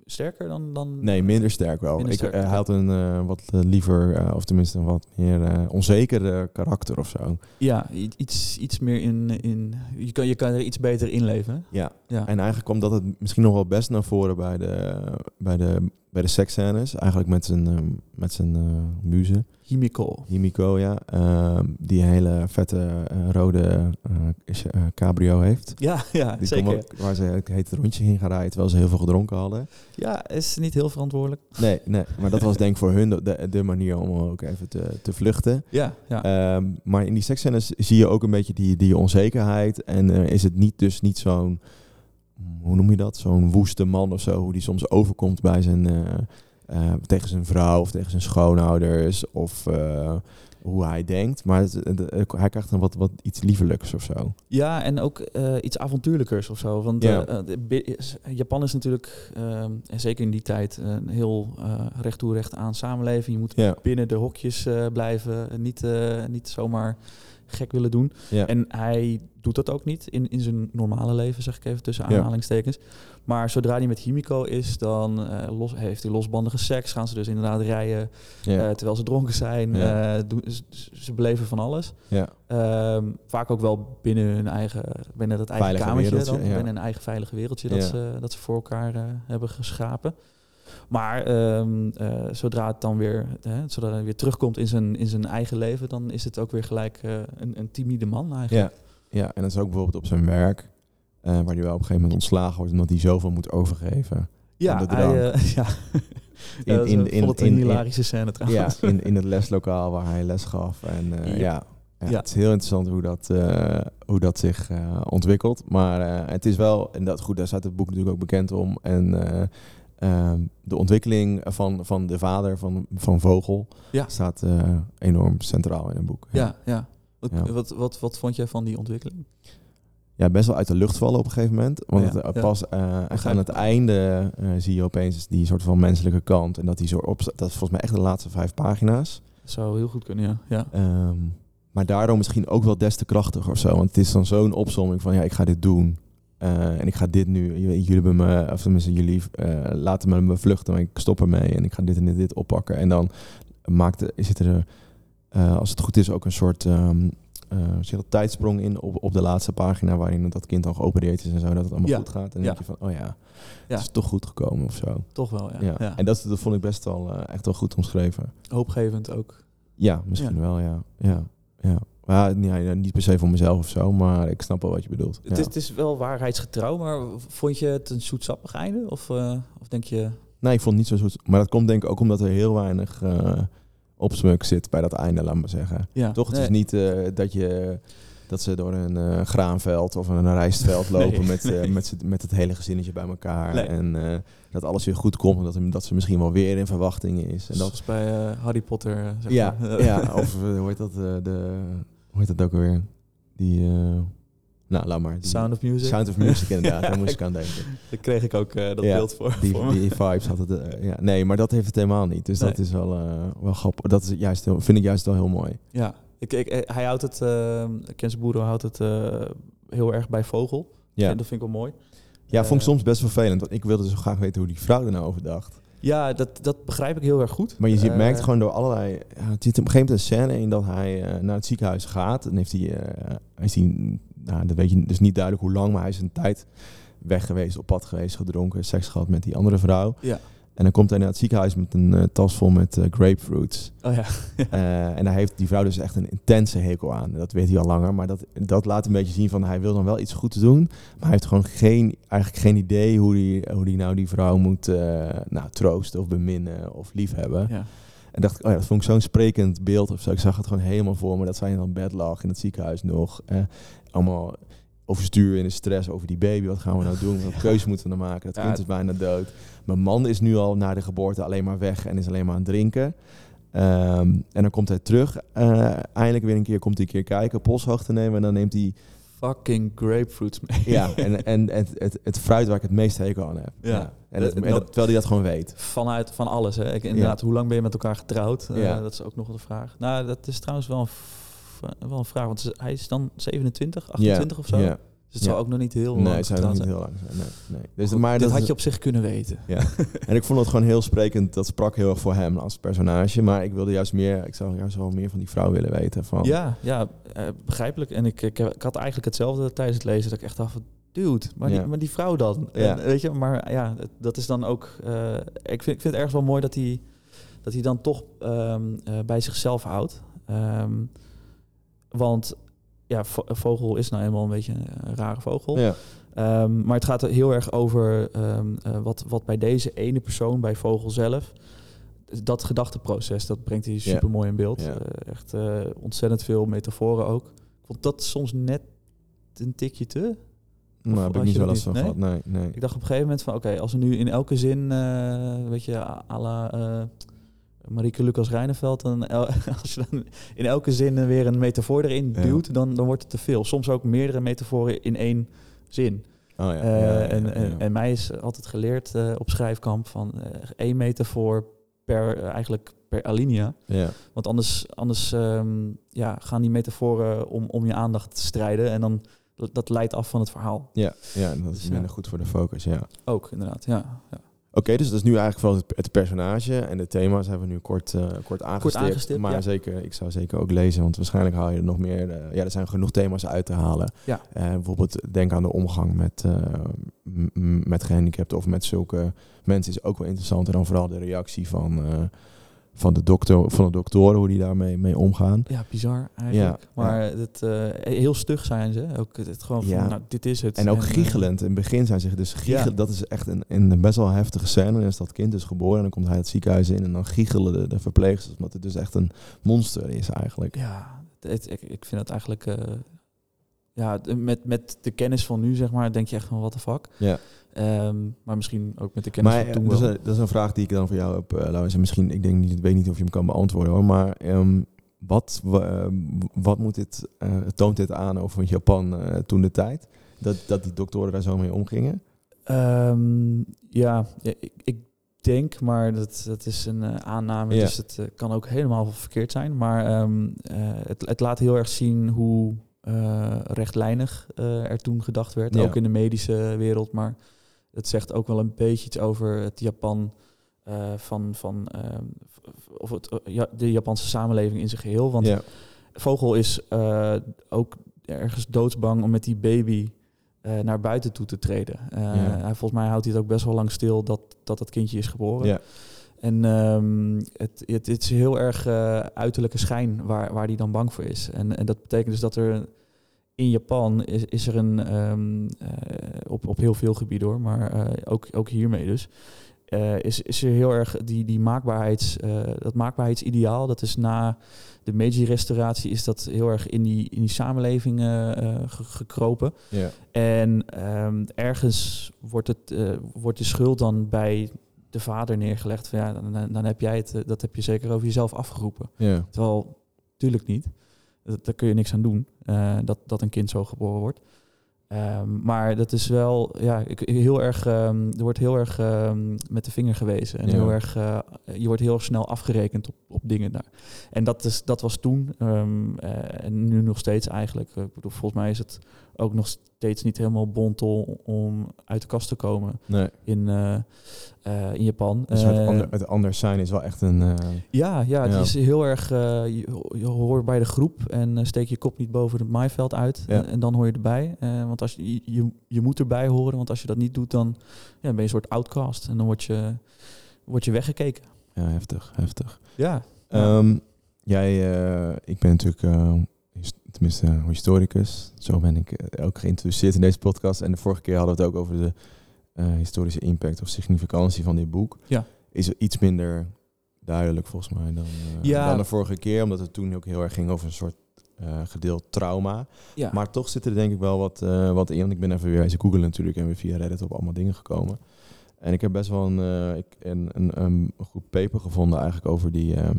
sterker dan... dan Nee, minder sterk wel. Minder Ik, sterk, uh, hij ja. had een uh, wat uh, liever, uh, of tenminste een wat meer uh, onzeker uh, karakter of zo. Ja, iets, iets meer in... in je, kan, je kan er iets beter in leven. Ja. Ja. En eigenlijk kwam dat het misschien nog wel best naar voren bij de, bij de, bij de seksscènes. Eigenlijk met zijn, uh, met zijn uh, muze. Himiko. Himiko, ja. Uh, die een hele vette uh, rode uh, uh, cabrio heeft. Ja, ja die zeker. Ook, waar ze het hete rondje ging gaan rijden, terwijl ze heel veel gedronken hadden. Ja, is niet heel verantwoordelijk. Nee, nee, maar dat was denk ik voor hun de, de manier om ook even te, te vluchten. Ja, ja. Um, maar in die seksscènes zie je ook een beetje die, die onzekerheid. En uh, is het niet dus niet zo'n, hoe noem je dat? Zo'n woeste man of zo, hoe die soms overkomt bij zijn, uh, uh, tegen zijn vrouw of tegen zijn schoonouders. Of uh, hoe hij denkt. Maar het, het, het, hij krijgt dan wat, wat iets liefelijks of zo. Ja, en ook uh, iets avontuurlijkers of zo. Want ja. uh, uh, Japan is natuurlijk, uh, en zeker in die tijd, uh, een heel uh, recht toe recht aan samenleving. Je moet ja. binnen de hokjes uh, blijven, niet, uh, niet zomaar gek willen doen. Ja. En hij doet dat ook niet in, in zijn normale leven, zeg ik even tussen aanhalingstekens. Ja. Maar zodra hij met Himiko is, dan uh, los, heeft hij losbandige seks. Gaan ze dus inderdaad rijden ja. uh, terwijl ze dronken zijn. Ja. Uh, doen, ze, ze beleven van alles. Ja. Um, vaak ook wel binnen hun eigen, binnen dat eigen veilige kamertje, wereldje, dan, ja. binnen een eigen veilige wereldje dat, ja. ze, dat ze voor elkaar uh, hebben geschapen. Maar um, uh, zodra het dan weer, uh, zodra hij weer terugkomt in zijn, in zijn eigen leven, dan is het ook weer gelijk uh, een, een timide man eigenlijk. Ja. Ja, en dat is ook bijvoorbeeld op zijn werk, uh, waar hij wel op een gegeven moment ontslagen wordt, omdat hij zoveel moet overgeven. Ja, hij, uh, ja. In, ja, in, in, een in, hilarische scène trouwens. Ja, in, in het leslokaal waar hij les gaf. En uh, ja. Ja, ja, ja, het is heel interessant hoe dat, uh, hoe dat zich uh, ontwikkelt. Maar uh, het is wel, en dat goed, daar staat het boek natuurlijk ook bekend om. En uh, uh, de ontwikkeling van, van de vader van, van Vogel ja. staat uh, enorm centraal in het boek. Ja, ja. ja. Wat, ja. Wat, wat, wat vond jij van die ontwikkeling? Ja, best wel uit de lucht vallen op een gegeven moment. Want ja, het, ja. pas uh, echt aan het einde uh, zie je opeens die soort van menselijke kant. En dat die zo opstaat. Dat is volgens mij echt de laatste vijf pagina's. Dat zou heel goed kunnen, ja. ja. Um, maar daardoor misschien ook wel des te krachtiger of zo. Want het is dan zo'n opsomming van ja, ik ga dit doen. Uh, en ik ga dit nu, jullie hebben me, of tenminste jullie uh, laten me, me vluchten, maar ik stop ermee. En ik ga dit en dit, dit oppakken. En dan maakt de, zit er, uh, als het goed is, ook een soort... Um, Uh, zeg dat tijdsprong in op, op de laatste pagina waarin dat kind al geopereerd is en zo, dat het allemaal ja. goed gaat. En dan ja. denk je van, oh ja, ja, het is ja. toch goed gekomen of zo. Toch wel, ja. ja. ja. En dat, dat vond ik best wel uh, echt wel goed omschreven. Hoopgevend ook. Ja, misschien ja. wel, ja. ja. ja. Maar, ja, ja, niet per se voor mezelf of zo, maar ik snap wel wat je bedoelt. Het, ja. is, het is wel waarheidsgetrouw, maar vond je het een zoetsappig einde? Of, uh, of denk je... Nee, ik vond het niet zo zoet. Maar dat komt denk ik ook omdat er heel weinig uh, opsmuk zit bij dat einde, laat maar zeggen. Ja. Toch, het nee. is niet uh, dat je... Dat ze door een uh, graanveld of een rijstveld lopen nee, met, uh, nee. met, met het hele gezinnetje bij elkaar. Nee. En uh, dat alles weer goed komt. En dat, dat ze misschien wel weer in verwachting is. En dat is bij uh, Harry Potter. Uh, zeg ja, maar. ja, of uh, hoe heet dat? Uh, de, hoe heet dat ook alweer? Die... Uh, nou, laat maar. Die, Sound of Music. Sound of Music, inderdaad. ja, daar moest ik aan denken. Daar kreeg ik ook uh, dat ja, beeld voor. Die, voor die vibes had het... Uh, ja. Nee, maar dat heeft het helemaal niet. Dus nee. dat is wel, uh, wel grappig. Dat is juist heel, vind ik juist wel heel mooi. Ja. Ik, ik, hij houdt het, uh, Kensaburo houdt het uh, heel erg bij Vogel. Ja. En dat vind ik wel mooi. Ja, uh, vond ik soms best vervelend. Want ik wilde zo graag weten hoe die vrouw er nou over dacht. Ja, dat, dat begrijp ik heel erg goed. Maar je ziet, uh, merkt gewoon door allerlei... Ja, het zit op een gegeven moment een scène in dat hij uh, naar het ziekenhuis gaat. En heeft hij... Uh, hij is hij nou, dat weet je dus niet duidelijk hoe lang, maar hij is een tijd weg geweest, op pad geweest, gedronken, seks gehad met die andere vrouw. Ja. En dan komt hij naar het ziekenhuis met een uh, tas vol met uh, grapefruits. Oh ja. uh, en daar heeft die vrouw dus echt een intense hekel aan. Dat weet hij al langer, maar dat, dat laat een beetje zien van hij wil dan wel iets goeds doen, maar hij heeft gewoon geen, eigenlijk geen idee hoe die, hoe die nou die vrouw moet uh, nou, troosten of beminnen of liefhebben. Ja. En dacht ik, oh ja, dat vond ik zo'n sprekend beeld of zo. Ik zag het gewoon helemaal voor me, dat zij dan bed lag in het ziekenhuis nog. Uh, allemaal overstuur in de stress over die baby. Wat gaan we nou doen? Welke keuze moeten we nou maken? Dat kind is bijna dood. Mijn man is nu al na de geboorte alleen maar weg en is alleen maar aan het drinken. Um, en dan komt hij terug. Uh, eindelijk weer een keer komt hij een keer kijken, polshoog te nemen. En dan neemt hij... fucking grapefruits mee. Ja, en, en het, het, het fruit waar ik het meest hekel aan heb. Ja. ja. En, dat, en dat, terwijl hij dat gewoon weet. Vanuit van alles, hè. Ik, inderdaad, ja. Hoe lang ben je met elkaar getrouwd? Uh, ja. Dat is ook nog de vraag. Nou, dat is trouwens wel een, f- wel een vraag. Want hij is dan zevenentwintig, achtentwintig ja. of zo. Ja. het zal Ja. ook nog niet heel Nee, lang het zou getrouwd nog niet zijn. heel lang zijn. Nee, nee. Dus, Goed, maar dit dat had is- je op zich kunnen weten. Ja. En ik vond het gewoon heel sprekend. Dat sprak heel erg voor hem als personage. Maar ik wilde juist meer... Ik zou juist wel meer van die vrouw willen weten. Van, Ja, ja uh, begrijpelijk. En ik, ik, ik had eigenlijk hetzelfde tijdens het lezen. Dat ik echt dacht van, dude, maar, Ja. die, maar die vrouw dan? Ja. En, weet je, maar ja, dat is dan ook... Uh, ik, vind, ik vind het ergens wel mooi dat hij, dat hij dan toch um, uh, bij zichzelf houdt. Um, want ja, vo- vogel is nou eenmaal een beetje een rare vogel. Ja. Um, maar het gaat er heel erg over um, uh, wat, wat bij deze ene persoon, bij vogel zelf... Dat gedachteproces, dat brengt hij super mooi in beeld. Ja. Uh, echt uh, ontzettend veel metaforen ook. Ik vond dat soms net een tikje te. Nou, heb ik niet zo last van nee? gehad. Nee, nee. Ik dacht op een gegeven moment van, oké, okay, als er nu in elke zin, uh, weet je, à la uh, Marieke Lucas Reineveld, dan el- als je dan in elke zin weer een metafoor erin duwt, ja. dan, dan wordt het te veel. Soms ook meerdere metaforen in één zin. Oh, ja. Uh, Ja, ja, en, ja, ja. En, en mij is altijd geleerd uh, op schrijfkamp van uh, één metafoor per uh, eigenlijk per alinea. Ja. Want anders, anders um, ja, gaan die metaforen om, om je aandacht te strijden en dan dat leidt af van het verhaal. Ja, ja dat is dus, minder ja. goed voor de focus, ja. Ook, inderdaad, ja. ja. Oké, okay, dus dat is nu eigenlijk wel het, het personage en de thema's hebben we nu kort, uh, kort aangestipt. Kort aangestipt, maar ja. zeker, ik zou zeker ook lezen, want waarschijnlijk haal je er nog meer... Uh, ja, er zijn genoeg thema's uit te halen. Ja. Uh, bijvoorbeeld denk aan de omgang met, uh, m- met gehandicapten of met zulke mensen is ook wel interessant. En dan vooral de reactie van... Uh, Van de, dokter, van de doktoren, hoe die daarmee mee omgaan. Ja, bizar eigenlijk. Ja, maar ja. Het, uh, heel stug zijn ze. Ook het, het gewoon van, ja. nou, dit is het. En ook en, giechelend. In het begin zijn ze dus giechelen. Ja. Dat is echt een, een best wel heftige scène. Dan is dat kind dus geboren en dan komt hij het ziekenhuis in en dan giechelen de, de verpleegsters. Omdat het dus echt een monster is eigenlijk. Ja, het, ik, ik vind het eigenlijk... Uh, ja, met, met de kennis van nu, zeg maar, denk je echt van, what the fuck. Ja. Um, maar misschien ook met de kennis maar, van toen dus wel. een, dat is een vraag die ik dan voor jou heb, uh, Lauwers. En misschien, ik denk niet, ik weet niet of je hem kan beantwoorden hoor. Maar um, wat, uh, wat moet dit, uh, toont dit aan over Japan uh, toen de tijd? Dat, dat die doktoren daar zo mee omgingen? Um, ja, ik, ik denk, maar dat, dat is een uh, aanname. Ja. Dus het uh, kan ook helemaal verkeerd zijn. Maar um, uh, het, het laat heel erg zien hoe... Uh, rechtlijnig uh, er toen gedacht werd, ja. Ook in de medische wereld, maar het zegt ook wel een beetje iets over het Japan uh, van, van uh, of het, uh, ja, de Japanse samenleving in zijn geheel. Want ja. Vogel is uh, ook ergens doodsbang om met die baby uh, naar buiten toe te treden. Uh, ja. Hij, volgens mij houdt hij het ook best wel lang stil dat dat, dat kindje is geboren. Ja. En um, het, het, het is heel erg uh, uiterlijke schijn waar, waar die dan bang voor is. En, en dat betekent dus dat er in Japan is, is er een, um, uh, op, op heel veel gebieden hoor, maar uh, ook, ook hiermee dus, uh, is, is er heel erg die, die maakbaarheids, uh, dat maakbaarheidsideaal. Dat is na de Meiji-restauratie is dat heel erg in die, in die samenleving uh, uh, gekropen. Ja. En um, ergens wordt, het, uh, wordt de schuld dan bij de vader neergelegd van ja, dan, dan heb jij het, dat heb je zeker over jezelf afgeroepen. Ja. Terwijl, natuurlijk niet. Dat, daar kun je niks aan doen, uh, dat, dat een kind zo geboren wordt. Um, maar dat is wel, ja, ik, heel erg, um, er wordt heel erg um, met de vinger gewezen. En ja. heel erg, uh, je wordt heel erg snel afgerekend op, op dingen daar. En dat, is, dat was toen, um, uh, en nu nog steeds eigenlijk. Ik bedoel, volgens mij is het ook nog steeds niet helemaal bontel om uit de kast te komen nee. in, uh, uh, in Japan. Dus uh, het, ander, het anders zijn is wel echt een... Uh, ja, ja, het ja. is heel erg... Uh, je, je hoort bij de groep en uh, steek je kop niet boven het maaiveld uit. Ja. En, en dan hoor je erbij. Uh, want als je, je, je moet erbij horen, want als je dat niet doet, dan ja, ben je een soort outcast. En dan word je, word je weggekeken. Ja, heftig, heftig. Ja. Um, ja. Jij, uh, ik ben natuurlijk... Uh, tenminste uh, historicus. Zo ben ik uh, ook geïntroduceerd in deze podcast. En de vorige keer hadden we het ook over de uh, historische impact of significantie van dit boek. Ja. Is er iets minder duidelijk volgens mij dan, uh, ja. dan de vorige keer. Omdat het toen ook heel erg ging over een soort uh, gedeeld trauma. Ja. Maar toch zit er denk ik wel wat, uh, wat in. Want ik ben even weer eens googlen natuurlijk en weer via Reddit op allemaal dingen gekomen. En ik heb best wel een, uh, ik, een, een, een goed paper gevonden eigenlijk over die... Uh,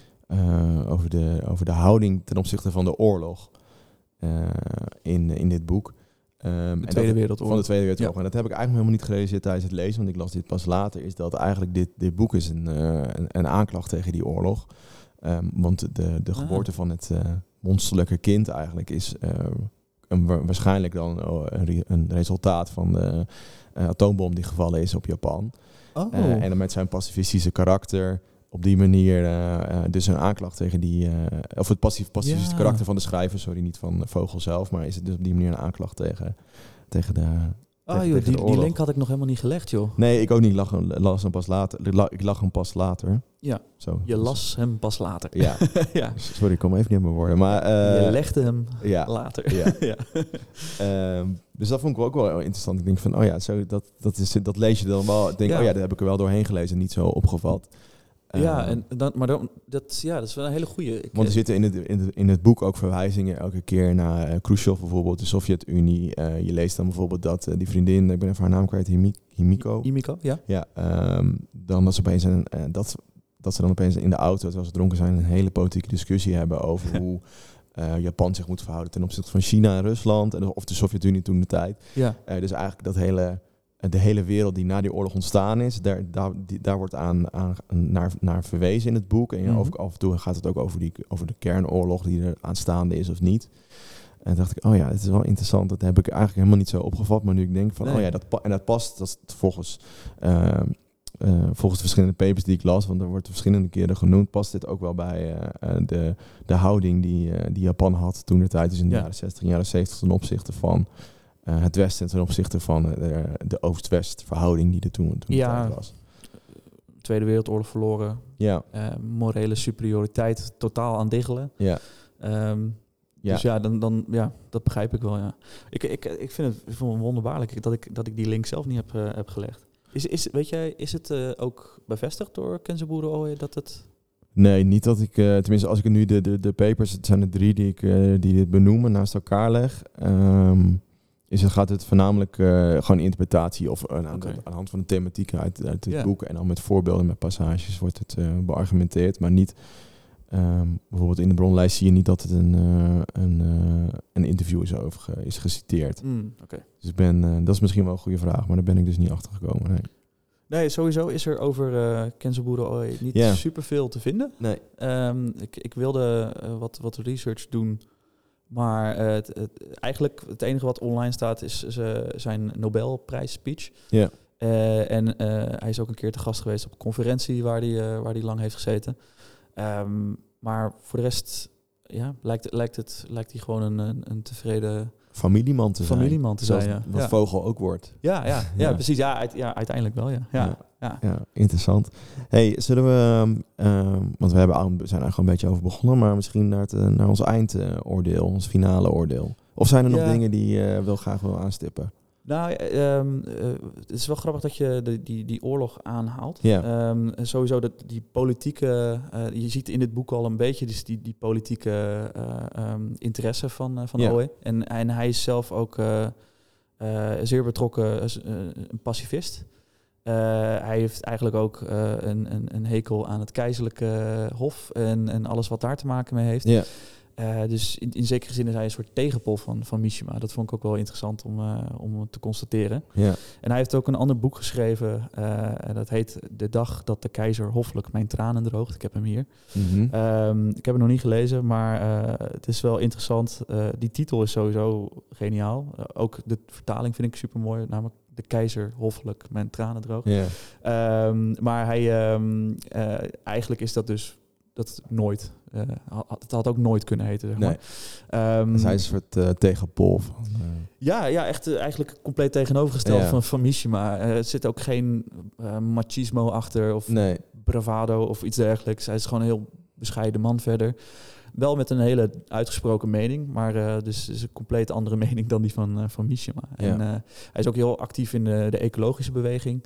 Uh, over, de, over de houding ten opzichte van de oorlog uh, in, in dit boek. Um, de Tweede Wereldoorlog. Van de Tweede Wereldoorlog. Ja. En dat heb ik eigenlijk helemaal niet gerealiseerd tijdens het lezen, want ik las dit pas later, is dat eigenlijk dit, dit boek is een, uh, een, een aanklacht tegen die oorlog. Um, want de, de geboorte ah. van het uh, monsterlijke kind eigenlijk is, uh, een, waarschijnlijk dan een, re- een resultaat van de uh, atoombom die gevallen is op Japan. Oh. Uh, en dan met zijn pacifistische karakter op die manier uh, uh, dus een aanklacht tegen die... Uh, of het passief, pacifistische Ja. karakter van de schrijver, sorry, niet van Vogel zelf, maar is het dus op die manier een aanklacht tegen, tegen de... Oh, tegen, joh, tegen die, de die oorlog. link had ik nog helemaal niet gelegd, joh. Nee, ik ook niet. Ik lag, hem- las hem pas later. Ik la- Ik lag hem pas later. Ja, Zo. je las hem pas later. Ja. ja. Sorry, ik kom even niet op mijn woorden. Maar, uh, Je legde hem ja. later. Ja. ja. Um, dus dat vond ik ook wel interessant. Ik denk van, oh ja, zo, dat, dat, is, dat lees je dan wel. Ik denk, Ja. oh ja, daar heb ik er wel doorheen gelezen. Niet zo opgevat. Ja, Um, en dan, maar dan, dat, ja, dat is wel een hele goeie. Ik, Want er zitten in het, in, het, in het boek ook verwijzingen elke keer naar uh, Khrushchev bijvoorbeeld, de Sovjet-Unie. Uh, je leest dan bijvoorbeeld dat uh, die vriendin, ik ben even haar naam kwijt, Himi- Himiko. Imiko, ja. Ja, um, dan dat ze opeens een, uh, dat, dat ze dan opeens in de auto, terwijl ze dronken zijn, een hele politieke discussie hebben over hoe uh, Japan zich moet verhouden ten opzichte van China en Rusland, en, of de Sovjet-Unie toen de tijd. Ja. Uh, dus eigenlijk dat hele, de hele wereld die na die oorlog ontstaan is, daar, daar, die, daar wordt aan, aan, naar, naar verwezen in het boek. En ja, Mhm. of, af en toe gaat het ook over, die, over de kernoorlog die er aanstaande is of niet. En toen dacht ik, oh ja, het is wel interessant. Dat heb ik eigenlijk helemaal niet zo opgevat. Maar nu ik denk van, Nee. oh ja, dat pa- en dat past, dat is volgens, uh, uh, volgens de verschillende papers die ik las, want er wordt verschillende keren genoemd, past dit ook wel bij uh, uh, de, de houding die, uh, die Japan had toen de tijd, dus in de Ja. jaren zestig en jaren zeventig ten opzichte van uh, het Westen ten opzichte van uh, de, de Oost-West verhouding die er toen, toen Ja. de tijd was. Tweede Wereldoorlog verloren. Ja, Uh, morele superioriteit totaal aan diggelen. ja. Um, Ja. Dus ja, dan, dan, ja, dat begrijp ik wel, ja. Ik, ik, ik vind het ik vond het wonderbaarlijk dat ik, dat ik die link zelf niet heb, uh, heb gelegd. Is, is, weet jij, is het uh, ook bevestigd door Kenzaburo Oe dat het... Nee, niet dat ik, uh, tenminste als ik nu de, de, de papers, het zijn er drie die ik uh, die dit benoemen, naast elkaar leg, um, is het, gaat het voornamelijk uh, gewoon interpretatie of uh, aan, Okay. aan de hand van de thematiek uit, uit het Ja. boek en dan met voorbeelden, met passages wordt het uh, beargumenteerd, maar niet, um, bijvoorbeeld in de bronlijst zie je niet dat het een, uh, een, uh, een interview is over ge, is geciteerd. Mm, Oké. Okay. Dus ik ben, uh, dat is misschien wel een goede vraag, maar daar ben ik dus niet achter gekomen. Nee. Nee, sowieso is er over uh, Kenzaburo Oe niet Yeah. superveel te vinden. Nee. Um, ik, ik wilde uh, wat, wat research doen, maar uh, het, het, eigenlijk het enige wat online staat is uh, zijn Nobelprijs speech. Ja. Uh, en uh, hij is ook een keer te gast geweest op een conferentie waar hij uh, waar hij lang heeft gezeten. Um, maar voor de rest, ja, lijkt, lijkt, het, lijkt hij gewoon een, een, een tevreden familieman te zijn. familieman te Zoals zijn. Ja. wat Ja. Vogel ook wordt. Ja, ja, ja, Ja. precies. Ja, uit, ja, uiteindelijk wel. Ja. Ja, Ja. ja. Ja, interessant. Hey, zullen we, um, want we hebben al, we zijn er gewoon een beetje over begonnen, maar misschien naar, het, uh, naar ons eindoordeel, ons finale oordeel. Of zijn er nog Ja. dingen die je uh, wel graag wil aanstippen? Nou, um, uh, het is wel grappig dat je de, die, die oorlog aanhaalt. Ja. Um, sowieso dat die politieke, uh, je ziet in dit boek al een beetje dus die, die politieke uh, um, interesse van, uh, van Ja. Oe. En, en hij is zelf ook uh, uh, zeer betrokken, uh, een pacifist. Uh, hij heeft eigenlijk ook uh, een, een, een hekel aan het keizerlijke hof en, en alles wat daar te maken mee heeft. Ja. Uh, dus in, in zekere zin is hij een soort tegenpol van, van Mishima. Dat vond ik ook wel interessant om, uh, om te constateren. Ja. En hij heeft ook een ander boek geschreven. Uh, en dat heet De dag dat de keizer hoffelijk mijn tranen droogt. Ik heb hem hier. Mm-hmm. Um, ik heb hem nog niet gelezen, maar uh, het is wel interessant. Uh, die titel is sowieso geniaal. Uh, ook de vertaling vind ik super mooi. Namelijk De keizer hoffelijk mijn tranen droogt. Ja. Um, maar hij, um, uh, eigenlijk is dat dus dat nooit. Uh, had, het had ook nooit kunnen heten, zeg maar. Nee. Um, dus hij is een soort uh, tegenpol van... Uh... Ja, ja, echt uh, eigenlijk compleet tegenovergesteld ja. van, van Mishima. Uh, er zit ook geen uh, machismo achter of nee. bravado of iets dergelijks. Hij is gewoon een heel bescheiden man verder. Wel met een hele uitgesproken mening, maar uh, dus is een compleet andere mening dan die van, uh, van Mishima. Ja. En uh, hij is ook heel actief in de, de ecologische beweging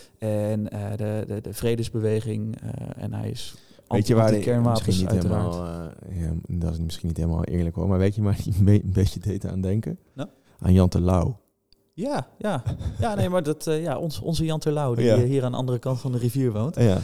en uh, de, de, de vredesbeweging. Uh, en hij is Weet je waar die kernwapens misschien niet uiteraard. helemaal, uh, ja, dat is misschien niet helemaal eerlijk hoor, maar weet je waar hij een, be- een beetje deed aan denken? Nou? Aan Jan Terlouw. Ja, ja, ja, nee, maar dat, uh, ja, ons, onze Jan Terlouw, die ja. hier aan de andere kant van de rivier woont. Ja.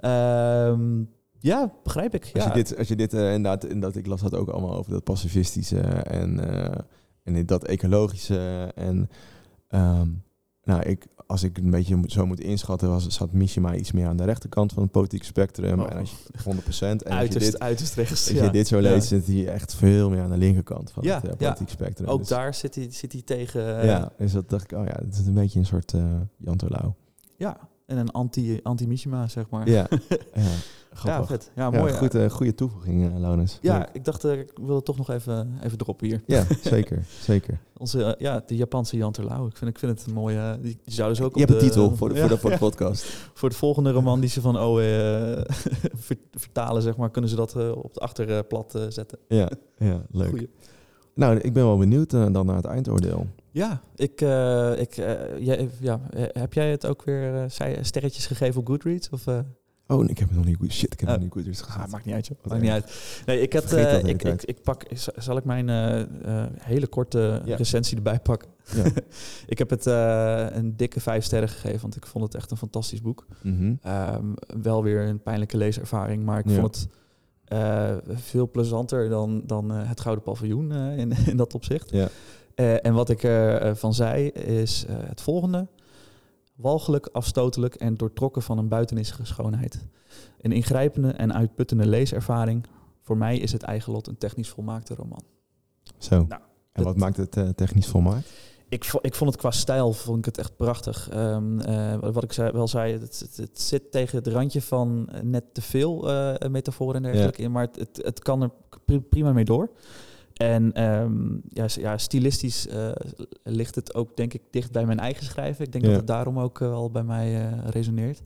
Um, ja, begrijp ik. Als ja. je dit, als je dit uh, inderdaad, inderdaad, ik las dat ook allemaal over dat pacifistische en, uh, en dat ecologische en um, nou, ik als ik een beetje zo moet inschatten, was, zat Mishima iets meer aan de rechterkant van het politieke spectrum. Oh. En als je honderd procent en uiterst, als je dit, uiterst rechts. als ja. je dit zo leest, ja. zit hij echt veel meer aan de linkerkant van ja, het uh, ja. politieke spectrum. Ook dus, daar zit hij, zit hij tegen... Uh, ja, dus dat dacht ik, oh ja, het is een beetje een soort uh, Jan Terlouw. Ja, en een anti, anti-Mishima, zeg maar. Ja, ja. Ja, vet. Ja, mooi. Ja, goed, uh, goede toevoeging, uh, Laurens. Ja, Leuk. ik dacht, uh, ik wil het toch nog even, even droppen hier. Ja, zeker, zeker. Onze, uh, ja, de Japanse Jan Terlouw. Ik vind, ik vind het een mooie... Uh, die, die zou dus ook Je op hebt de, een titel voor de, ja, voor de, voor de ja. podcast. Voor de volgende roman die ze van Owe uh, vertalen, zeg maar, kunnen ze dat uh, op het achterplat uh, zetten. Ja, ja, leuk. Goeie. Nou, ik ben wel benieuwd uh, dan naar het eindoordeel. Ja, ik, uh, ik uh, jij, ja, heb jij het ook weer uh, sterretjes gegeven op Goodreads? Of, uh? Oh, ik heb het nog niet goed. Shit, ik heb uh, nog niet Goodreads gezet. Ah, maakt niet uit, joh. Maakt erg. niet uit. Nee, ik heb, uh, ik, ik, ik pak, zal ik mijn uh, uh, hele korte ja. recensie erbij pakken? Ja. Ik heb het uh, een dikke vijf sterren gegeven, want ik vond het echt een fantastisch boek. Mm-hmm. Um, wel weer een pijnlijke leeservaring, maar ik ja. vond het uh, veel plezanter dan, dan uh, het Gouden Paviljoen uh, in, in dat opzicht. Ja. Uh, en wat ik ervan uh, zei is uh, het volgende. Walgelijk, afstotelijk en doortrokken van een buitenissige schoonheid. Een ingrijpende en uitputtende leeservaring. Voor mij is het eigen lot een technisch volmaakte roman. Zo. Nou, en wat maakt het uh, technisch volmaakt? Ik, vo- ik vond het qua stijl vond ik het echt prachtig. Um, uh, wat ik zei, wel zei, het, het, het zit tegen het randje van net te veel uh, metaforen en dergelijke ja. in. Maar het, het, het kan er prima mee door. En um, ja, ja, stilistisch uh, ligt het ook, denk ik, dicht bij mijn eigen schrijven. Ik denk ja. dat het daarom ook uh, al bij mij uh, resoneert.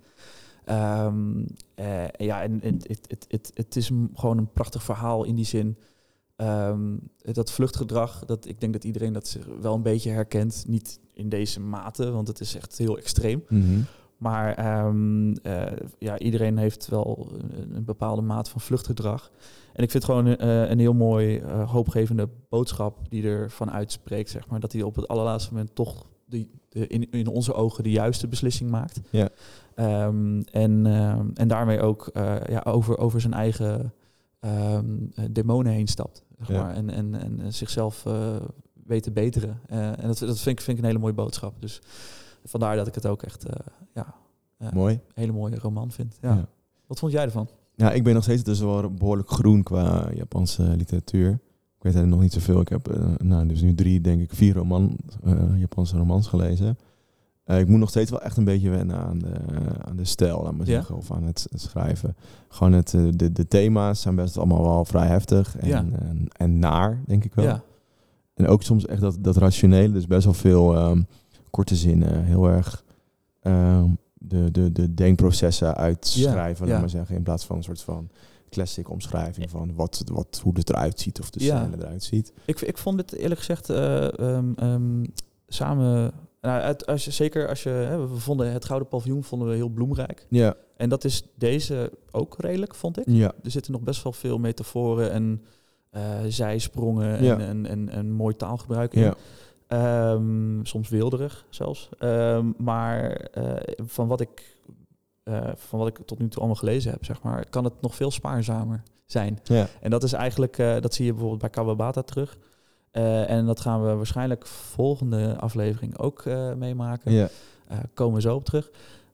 Um, uh, ja, en het, het, het, het, het is een, gewoon een prachtig verhaal in die zin. Um, dat vluchtgedrag, dat, ik denk dat iedereen dat zich wel een beetje herkent. Niet in deze mate, want het is echt heel extreem. Mm-hmm. Maar um, uh, ja, iedereen heeft wel een, een bepaalde maat van vluchtgedrag. En ik vind het gewoon uh, een heel mooi, uh, hoopgevende boodschap die ervan uitspreekt, zeg maar. Dat hij op het allerlaatste moment toch de, de, in, in onze ogen de juiste beslissing maakt. Ja. Um, en, uh, en daarmee ook uh, ja, over, over zijn eigen um, demonen heen stapt. Zeg maar. Ja. En, en, en zichzelf uh, weet te beteren. Uh, en dat, dat vind, ik, vind ik een hele mooie boodschap. Dus vandaar dat ik het ook echt uh, ja, uh, mooi. een hele mooie roman vind. Ja. Ja. Wat vond jij ervan? Ja, ik ben nog steeds dus wel behoorlijk groen qua Japanse literatuur. Ik weet eigenlijk nog niet zoveel. Ik heb uh, nou, dus nu drie, denk ik, vier roman, uh, Japanse romans gelezen. Uh, ik moet nog steeds wel echt een beetje wennen aan de, uh, aan de stijl, laat maar zeggen, ja. of aan het, het schrijven. Gewoon het, uh, de, de thema's zijn best allemaal wel vrij heftig en, ja. en, en naar, denk ik wel. Ja. En ook soms echt dat, dat rationele, dus best wel veel um, korte zinnen, heel erg um, de, de, de denkprocessen uitschrijven, ja. laat ja. maar zeggen, in plaats van een soort van classic omschrijving van wat, wat, hoe het eruit ziet of de ja. scène eruit ziet. Ik, ik vond het eerlijk gezegd uh, um, um, samen... Nou, het, als je, zeker als je... Hè, we vonden het Gouden Paviljoen vonden we heel bloemrijk. Ja. En dat is deze ook redelijk, vond ik. Ja. Er zitten nog best wel veel metaforen en uh, zijsprongen ja. en, en, en, en mooi taalgebruik in. Ja. Um, soms wilderig zelfs. Um, maar uh, van, wat ik, uh, van wat ik tot nu toe allemaal gelezen heb, zeg maar, kan het nog veel spaarzamer zijn. Ja. En dat is eigenlijk, uh, dat zie je bijvoorbeeld bij Kawabata terug. Uh, en dat gaan we waarschijnlijk volgende aflevering ook uh, meemaken. Ja. Uh, komen we zo op terug.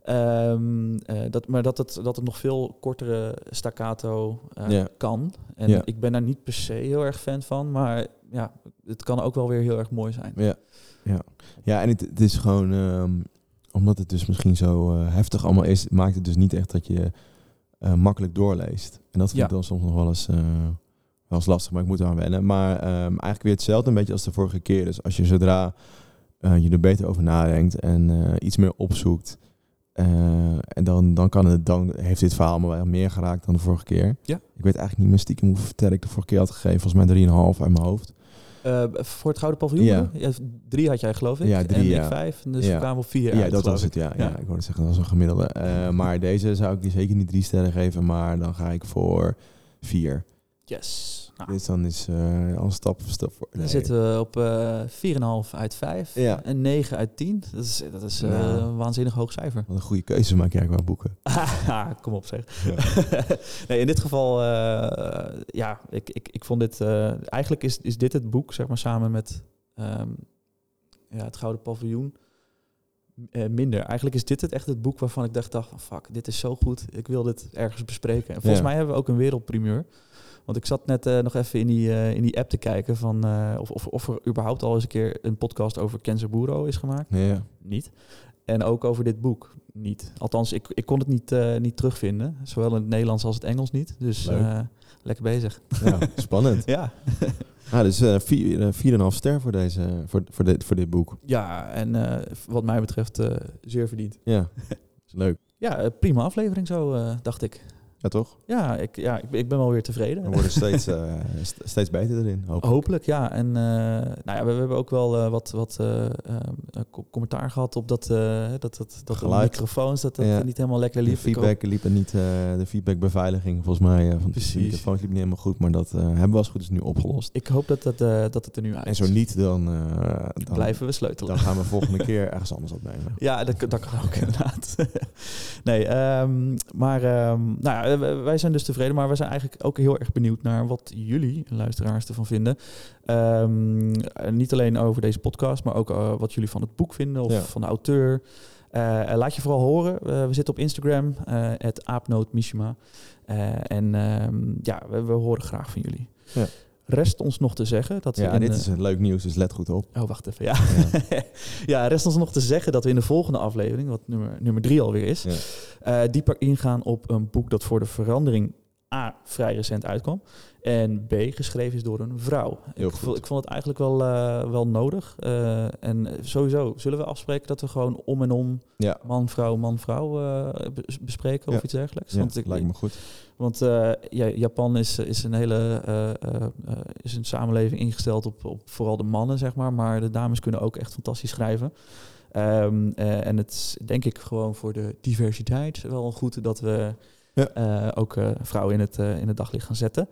Um, uh, dat, maar dat het, dat het nog veel kortere staccato uh, ja. kan. En ja. ik ben daar niet per se heel erg fan van. Maar ja, het kan ook wel weer heel erg mooi zijn. Ja, ja. ja en het, het is gewoon... Um, omdat het dus misschien zo uh, heftig allemaal is... maakt het dus niet echt dat je uh, makkelijk doorleest. En dat vind ja. ik dan soms nog wel eens... Uh, wel eens lastig, maar ik moet er aan wennen. Maar um, eigenlijk weer hetzelfde een beetje als de vorige keer. Dus als je zodra uh, je er beter over nadenkt... en uh, iets meer opzoekt... Uh, en dan, dan, kan het, dan heeft dit verhaal me wel meer geraakt dan de vorige keer. Ja. Ik weet eigenlijk niet meer stiekem hoeveel sterren ik de vorige keer had gegeven. Volgens mij drie komma vijf uit mijn hoofd. Uh, voor het Gouden Paviljoen? Ja. Ja, drie had jij, geloof ik. Ja, drie, en ja. ik vijf. Dus ja. we kwamen op vier Ja, uit, dat was ik. het, ja. ja. ja. Ik wilde zeggen, dat was een gemiddelde. Uh, maar deze zou ik die zeker niet drie sterren geven. Maar dan ga ik voor vier. Yes. Nou. Dus dan is uh, al stap voor stap voor. Nee. Dan zitten we op uh, vier komma vijf uit vijf ja. en negen uit tien. Dat is, dat is uh, ja. een waanzinnig hoog cijfer. Wat een goede keuze maak jij qua boeken. Kom op zeg. Ja. Nee, in dit geval, uh, ja, ik, ik, ik vond dit... Uh, eigenlijk is, is dit het boek, zeg maar, samen met um, ja, het Gouden Paviljoen... uh, minder. Eigenlijk is dit het echt het boek waarvan ik dacht, dacht van fuck, dit is zo goed. Ik wil dit ergens bespreken. En volgens Ja. mij hebben we ook een wereldprimeur. Want ik zat net uh, nog even in die, uh, in die app te kijken van uh, of, of, of er überhaupt al eens een keer een podcast over Kenzaburo is gemaakt. Ja. Niet. En ook over dit boek niet. Althans, ik, ik kon het niet, uh, niet terugvinden. Zowel in het Nederlands als het Engels niet. Dus uh, lekker bezig. Ja, spannend. Ja. Ah, dus uh, vier, uh, vier en een half ster voor, deze, voor, voor, dit, voor dit boek. Ja, en uh, wat mij betreft uh, zeer verdiend. Ja, is leuk. Ja, uh, prima aflevering zo, uh, dacht ik. Ja, toch? Ja, ik, ja ik, ik ben wel weer tevreden. We worden steeds, uh, st- steeds beter erin, hopelijk. Hopelijk, ja. En uh, nou ja, we, we hebben ook wel uh, wat, wat uh, uh, commentaar gehad op dat, uh, dat, dat, dat de microfoons dat, dat ja. niet helemaal lekker liep. De feedback liep niet, uh, de feedbackbeveiliging volgens mij uh, van Precies. de microfoons liep niet helemaal goed, maar dat uh, hebben we als goed is nu opgelost. Ik hoop dat het, uh, dat het er nu uit is. En zo niet, dan, uh, dan blijven we sleutelen. Dan gaan we volgende keer ergens anders opnemen. Ja, dat, dat kan ook inderdaad. nee, um, maar um, nou ja, wij zijn dus tevreden, maar we zijn eigenlijk ook heel erg benieuwd naar wat jullie, luisteraars, ervan vinden. Um, niet alleen over deze podcast, maar ook uh, wat jullie van het boek vinden of ja. van de auteur. Uh, laat je vooral horen. Uh, we zitten op Instagram, het uh, aapnootmishima. Uh, en um, ja, we, we horen graag van jullie. Ja. Rest ons nog te zeggen dat we ja, in, dit is een leuk nieuws, dus let goed op. Oh, wacht even. Ja. Ja. ja, rest ons nog te zeggen dat we in de volgende aflevering, wat nummer, nummer drie alweer is, ja. uh, dieper ingaan op een boek dat voor de verandering A, vrij recent uitkwam. En B, geschreven is door een vrouw. Heel ik, goed. vond, ik vond het eigenlijk wel, uh, wel nodig. Uh, en sowieso, zullen we afspreken dat we gewoon om en om ja. man, vrouw, man, vrouw uh, bespreken of ja. iets dergelijks? Ja, want ik, lijkt me goed. Want uh, ja, Japan is, is een hele uh, uh, uh, is een samenleving ingesteld op, op vooral de mannen, zeg maar. Maar de dames kunnen ook echt fantastisch schrijven. Um, uh, en het is denk ik gewoon voor de diversiteit wel goed dat we ja. uh, ook uh, vrouwen in het, uh, in het daglicht gaan zetten.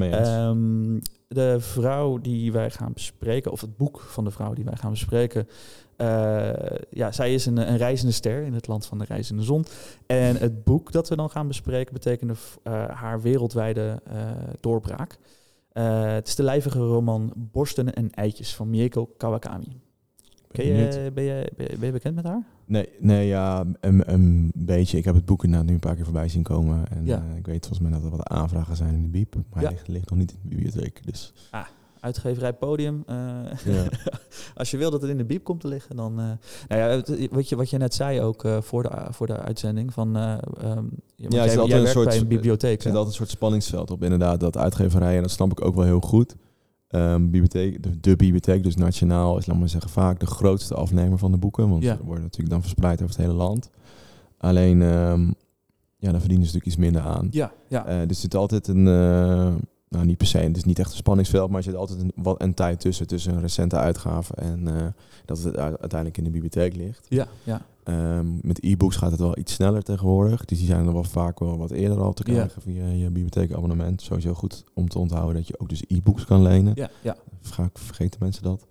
Um, de vrouw die wij gaan bespreken, of het boek van de vrouw die wij gaan bespreken, uh, ja, zij is een, een reizende ster in het land van de reizende zon. En het boek dat we dan gaan bespreken betekende uh, haar wereldwijde uh, doorbraak. Uh, het is de lijvige roman Borsten en Eitjes van Mieko Kawakami. Ken je, ben, je, ben, je, ben je bekend met haar? Nee, nee ja, een, een beetje. Ik heb het boek inderdaad nu een paar keer voorbij zien komen. En ja. uh, ik weet volgens mij dat er wat aanvragen zijn in de bieb. Maar ja. hij ligt, ligt nog niet in de bibliotheek. Dus. Ah, uitgeverij Podium. Uh, ja. Als je wil dat het in de bieb komt te liggen, dan... Uh, nou ja, wat je, wat je net zei ook uh, voor, de, voor de uitzending. Van, uh, um, ja, ja, jij, jij een werkt soort, bij een bibliotheek. Er zit altijd een soort spanningsveld op inderdaad. Dat uitgeverijen, en dat snap ik ook wel heel goed. Um, bibliotheek, de, de bibliotheek, dus nationaal, is laat maar zeggen vaak de grootste afnemer van de boeken. Want ja. ze worden natuurlijk dan verspreid over het hele land. Alleen, um, ja, dan verdienen ze natuurlijk iets minder aan. Ja, ja. Uh, dus er zit altijd een, uh, nou niet per se, het is niet echt een spanningsveld, maar er zit altijd een, wat, een tijd tussen, tussen een recente uitgave en uh, dat het uiteindelijk in de bibliotheek ligt. Ja, ja. Um, met e-books gaat het wel iets sneller tegenwoordig. Dus die zijn er wel vaak wel wat eerder al te krijgen ja. via je bibliotheekabonnement. Sowieso goed om te onthouden dat je ook dus e-books kan lenen. Ja, ja. Vaak vergeten mensen dat.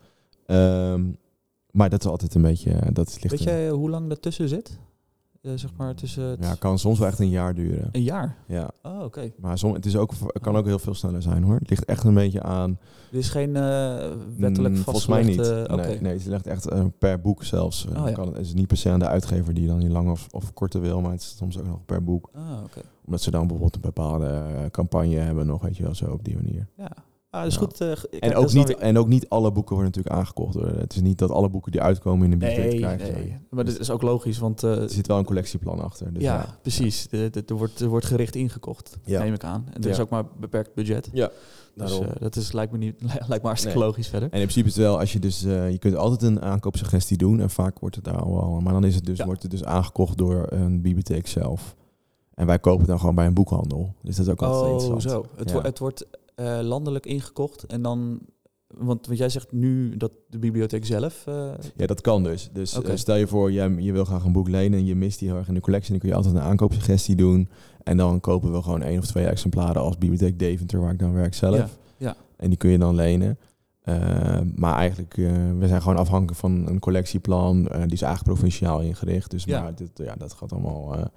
Um, maar dat is altijd een beetje... Dat ligt Weet jij hoe lang dat tussen zit? Uh, zeg maar tussen het... Ja, kan soms wel echt een jaar duren. Een jaar? Ja. Oh, oké. Okay. Maar soms, het is ook, kan ook heel veel sneller zijn hoor. Het ligt echt een beetje aan... Er is geen uh, wettelijk mm, vastgelegd... Volgens mij niet. Uh, okay. nee, nee, het ligt echt uh, per boek zelfs. Uh, oh, ja. kan, het is niet per se aan de uitgever die dan niet lang of, of korter wil, maar het is soms ook nog per boek. Ah, okay. Omdat ze dan bijvoorbeeld een bepaalde uh, campagne hebben nog, weet je wel, zo op die manier. Ja. Ah, dus ja. goed. Uh, ik en, ook niet, weer... en ook niet alle boeken worden natuurlijk aangekocht. Hoor. Het is niet dat alle boeken die uitkomen in de bibliotheek nee, krijgen. Nee, maar dat is ook logisch, want... Uh, er zit wel een collectieplan achter. Dus ja, ja, precies. Ja. De, de, er, wordt, er wordt gericht ingekocht, ja. neem ik aan. En er ja. is ook maar beperkt budget. Ja, dus uh, dat is, lijkt, me niet, lijkt me hartstikke nee. logisch verder. En in principe is het wel, als je dus... Uh, je kunt altijd een aankoopsuggestie doen en vaak wordt het daar al wel... Maar dan is het dus, ja. wordt het dus aangekocht door een bibliotheek zelf. En wij kopen het dan gewoon bij een boekhandel. Dus dat is ook altijd oh, interessant. Zo. Het, ja. wo- het wordt uh, landelijk ingekocht en dan... Want, want jij zegt nu dat de bibliotheek zelf... Uh... Ja, dat kan dus. Dus okay. uh, stel je voor, jij, je wil graag een boek lenen... en je mist die heel erg in de collectie... dan kun je altijd een aankoopsuggestie doen. En dan kopen we gewoon één of twee exemplaren... als Bibliotheek Deventer, waar ik dan werk zelf. Ja, ja. En die kun je dan lenen. Uh, maar eigenlijk, uh, we zijn gewoon afhankelijk van een collectieplan. Uh, die is eigenlijk provinciaal ingericht. Dus ja. maar dit, ja, dat gaat allemaal... Uh,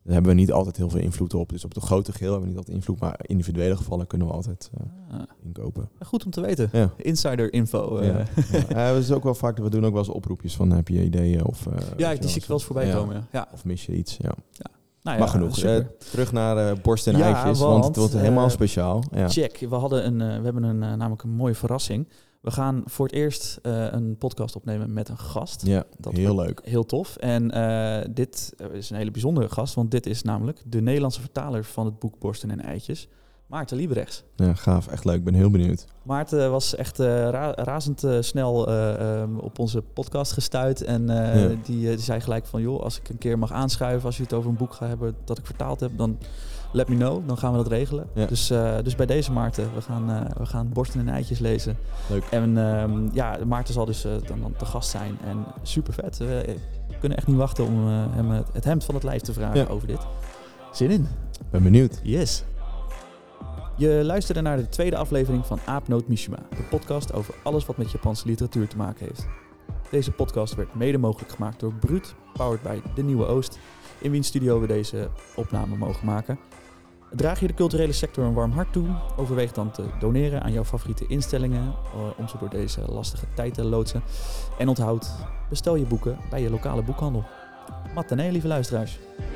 Daar hebben we niet altijd heel veel invloed op. Dus op het grote geheel hebben we niet altijd invloed. Maar individuele gevallen kunnen we altijd uh, ah. inkopen. Goed om te weten. Ja. Insider info. Uh. Ja. Ja. Uh, is ook wel vaak, we doen ook wel eens oproepjes van heb je ideeën? Of, uh, ja, die zie ik wel eens voorbij ja. komen. Ja. Ja. Of mis je iets? Ja. Ja. Nou maar ja, genoeg. Uh, terug naar uh, borst en ja, eitjes, want, want het wordt helemaal uh, speciaal. Ja. Check. We, hadden een, uh, we hebben een, uh, namelijk een mooie verrassing. We gaan voor het eerst uh, een podcast opnemen met een gast. Ja, dat heel leuk. Heel tof. En uh, dit is een hele bijzondere gast, want dit is namelijk de Nederlandse vertaler van het boek Borsten en Eitjes, Maarten Liebrechts. Ja, gaaf. Echt leuk. Ik ben heel benieuwd. Maarten was echt uh, ra- razend uh, snel uh, um, op onze podcast gestuurd. En uh, ja. die, uh, die zei gelijk van, joh, als ik een keer mag aanschuiven, als je het over een boek gaat hebben dat ik vertaald heb, dan let me know. Dan gaan we dat regelen. Ja. Dus, uh, dus bij deze Maarten, we gaan, uh, we gaan Borsten en Eitjes lezen. Leuk. En um, ja, Maarten zal dus uh, dan, dan te gast zijn. En super vet. Uh, we kunnen echt niet wachten om uh, hem het, het hemd van het lijf te vragen ja. over dit. Zin in. Ben benieuwd. Yes. Je luisterde naar de tweede aflevering van Aapnoot Mishima, de podcast over alles wat met Japanse literatuur te maken heeft. Deze podcast werd mede mogelijk gemaakt door Bruut, powered by De Nieuwe Oost, in wiens studio we deze opname mogen maken. Draag je de culturele sector een warm hart toe? Overweeg dan te doneren aan jouw favoriete instellingen uh, om ze door deze lastige tijd te loodsen. En onthoud, bestel je boeken bij je lokale boekhandel. Matinee, lieve luisteraars.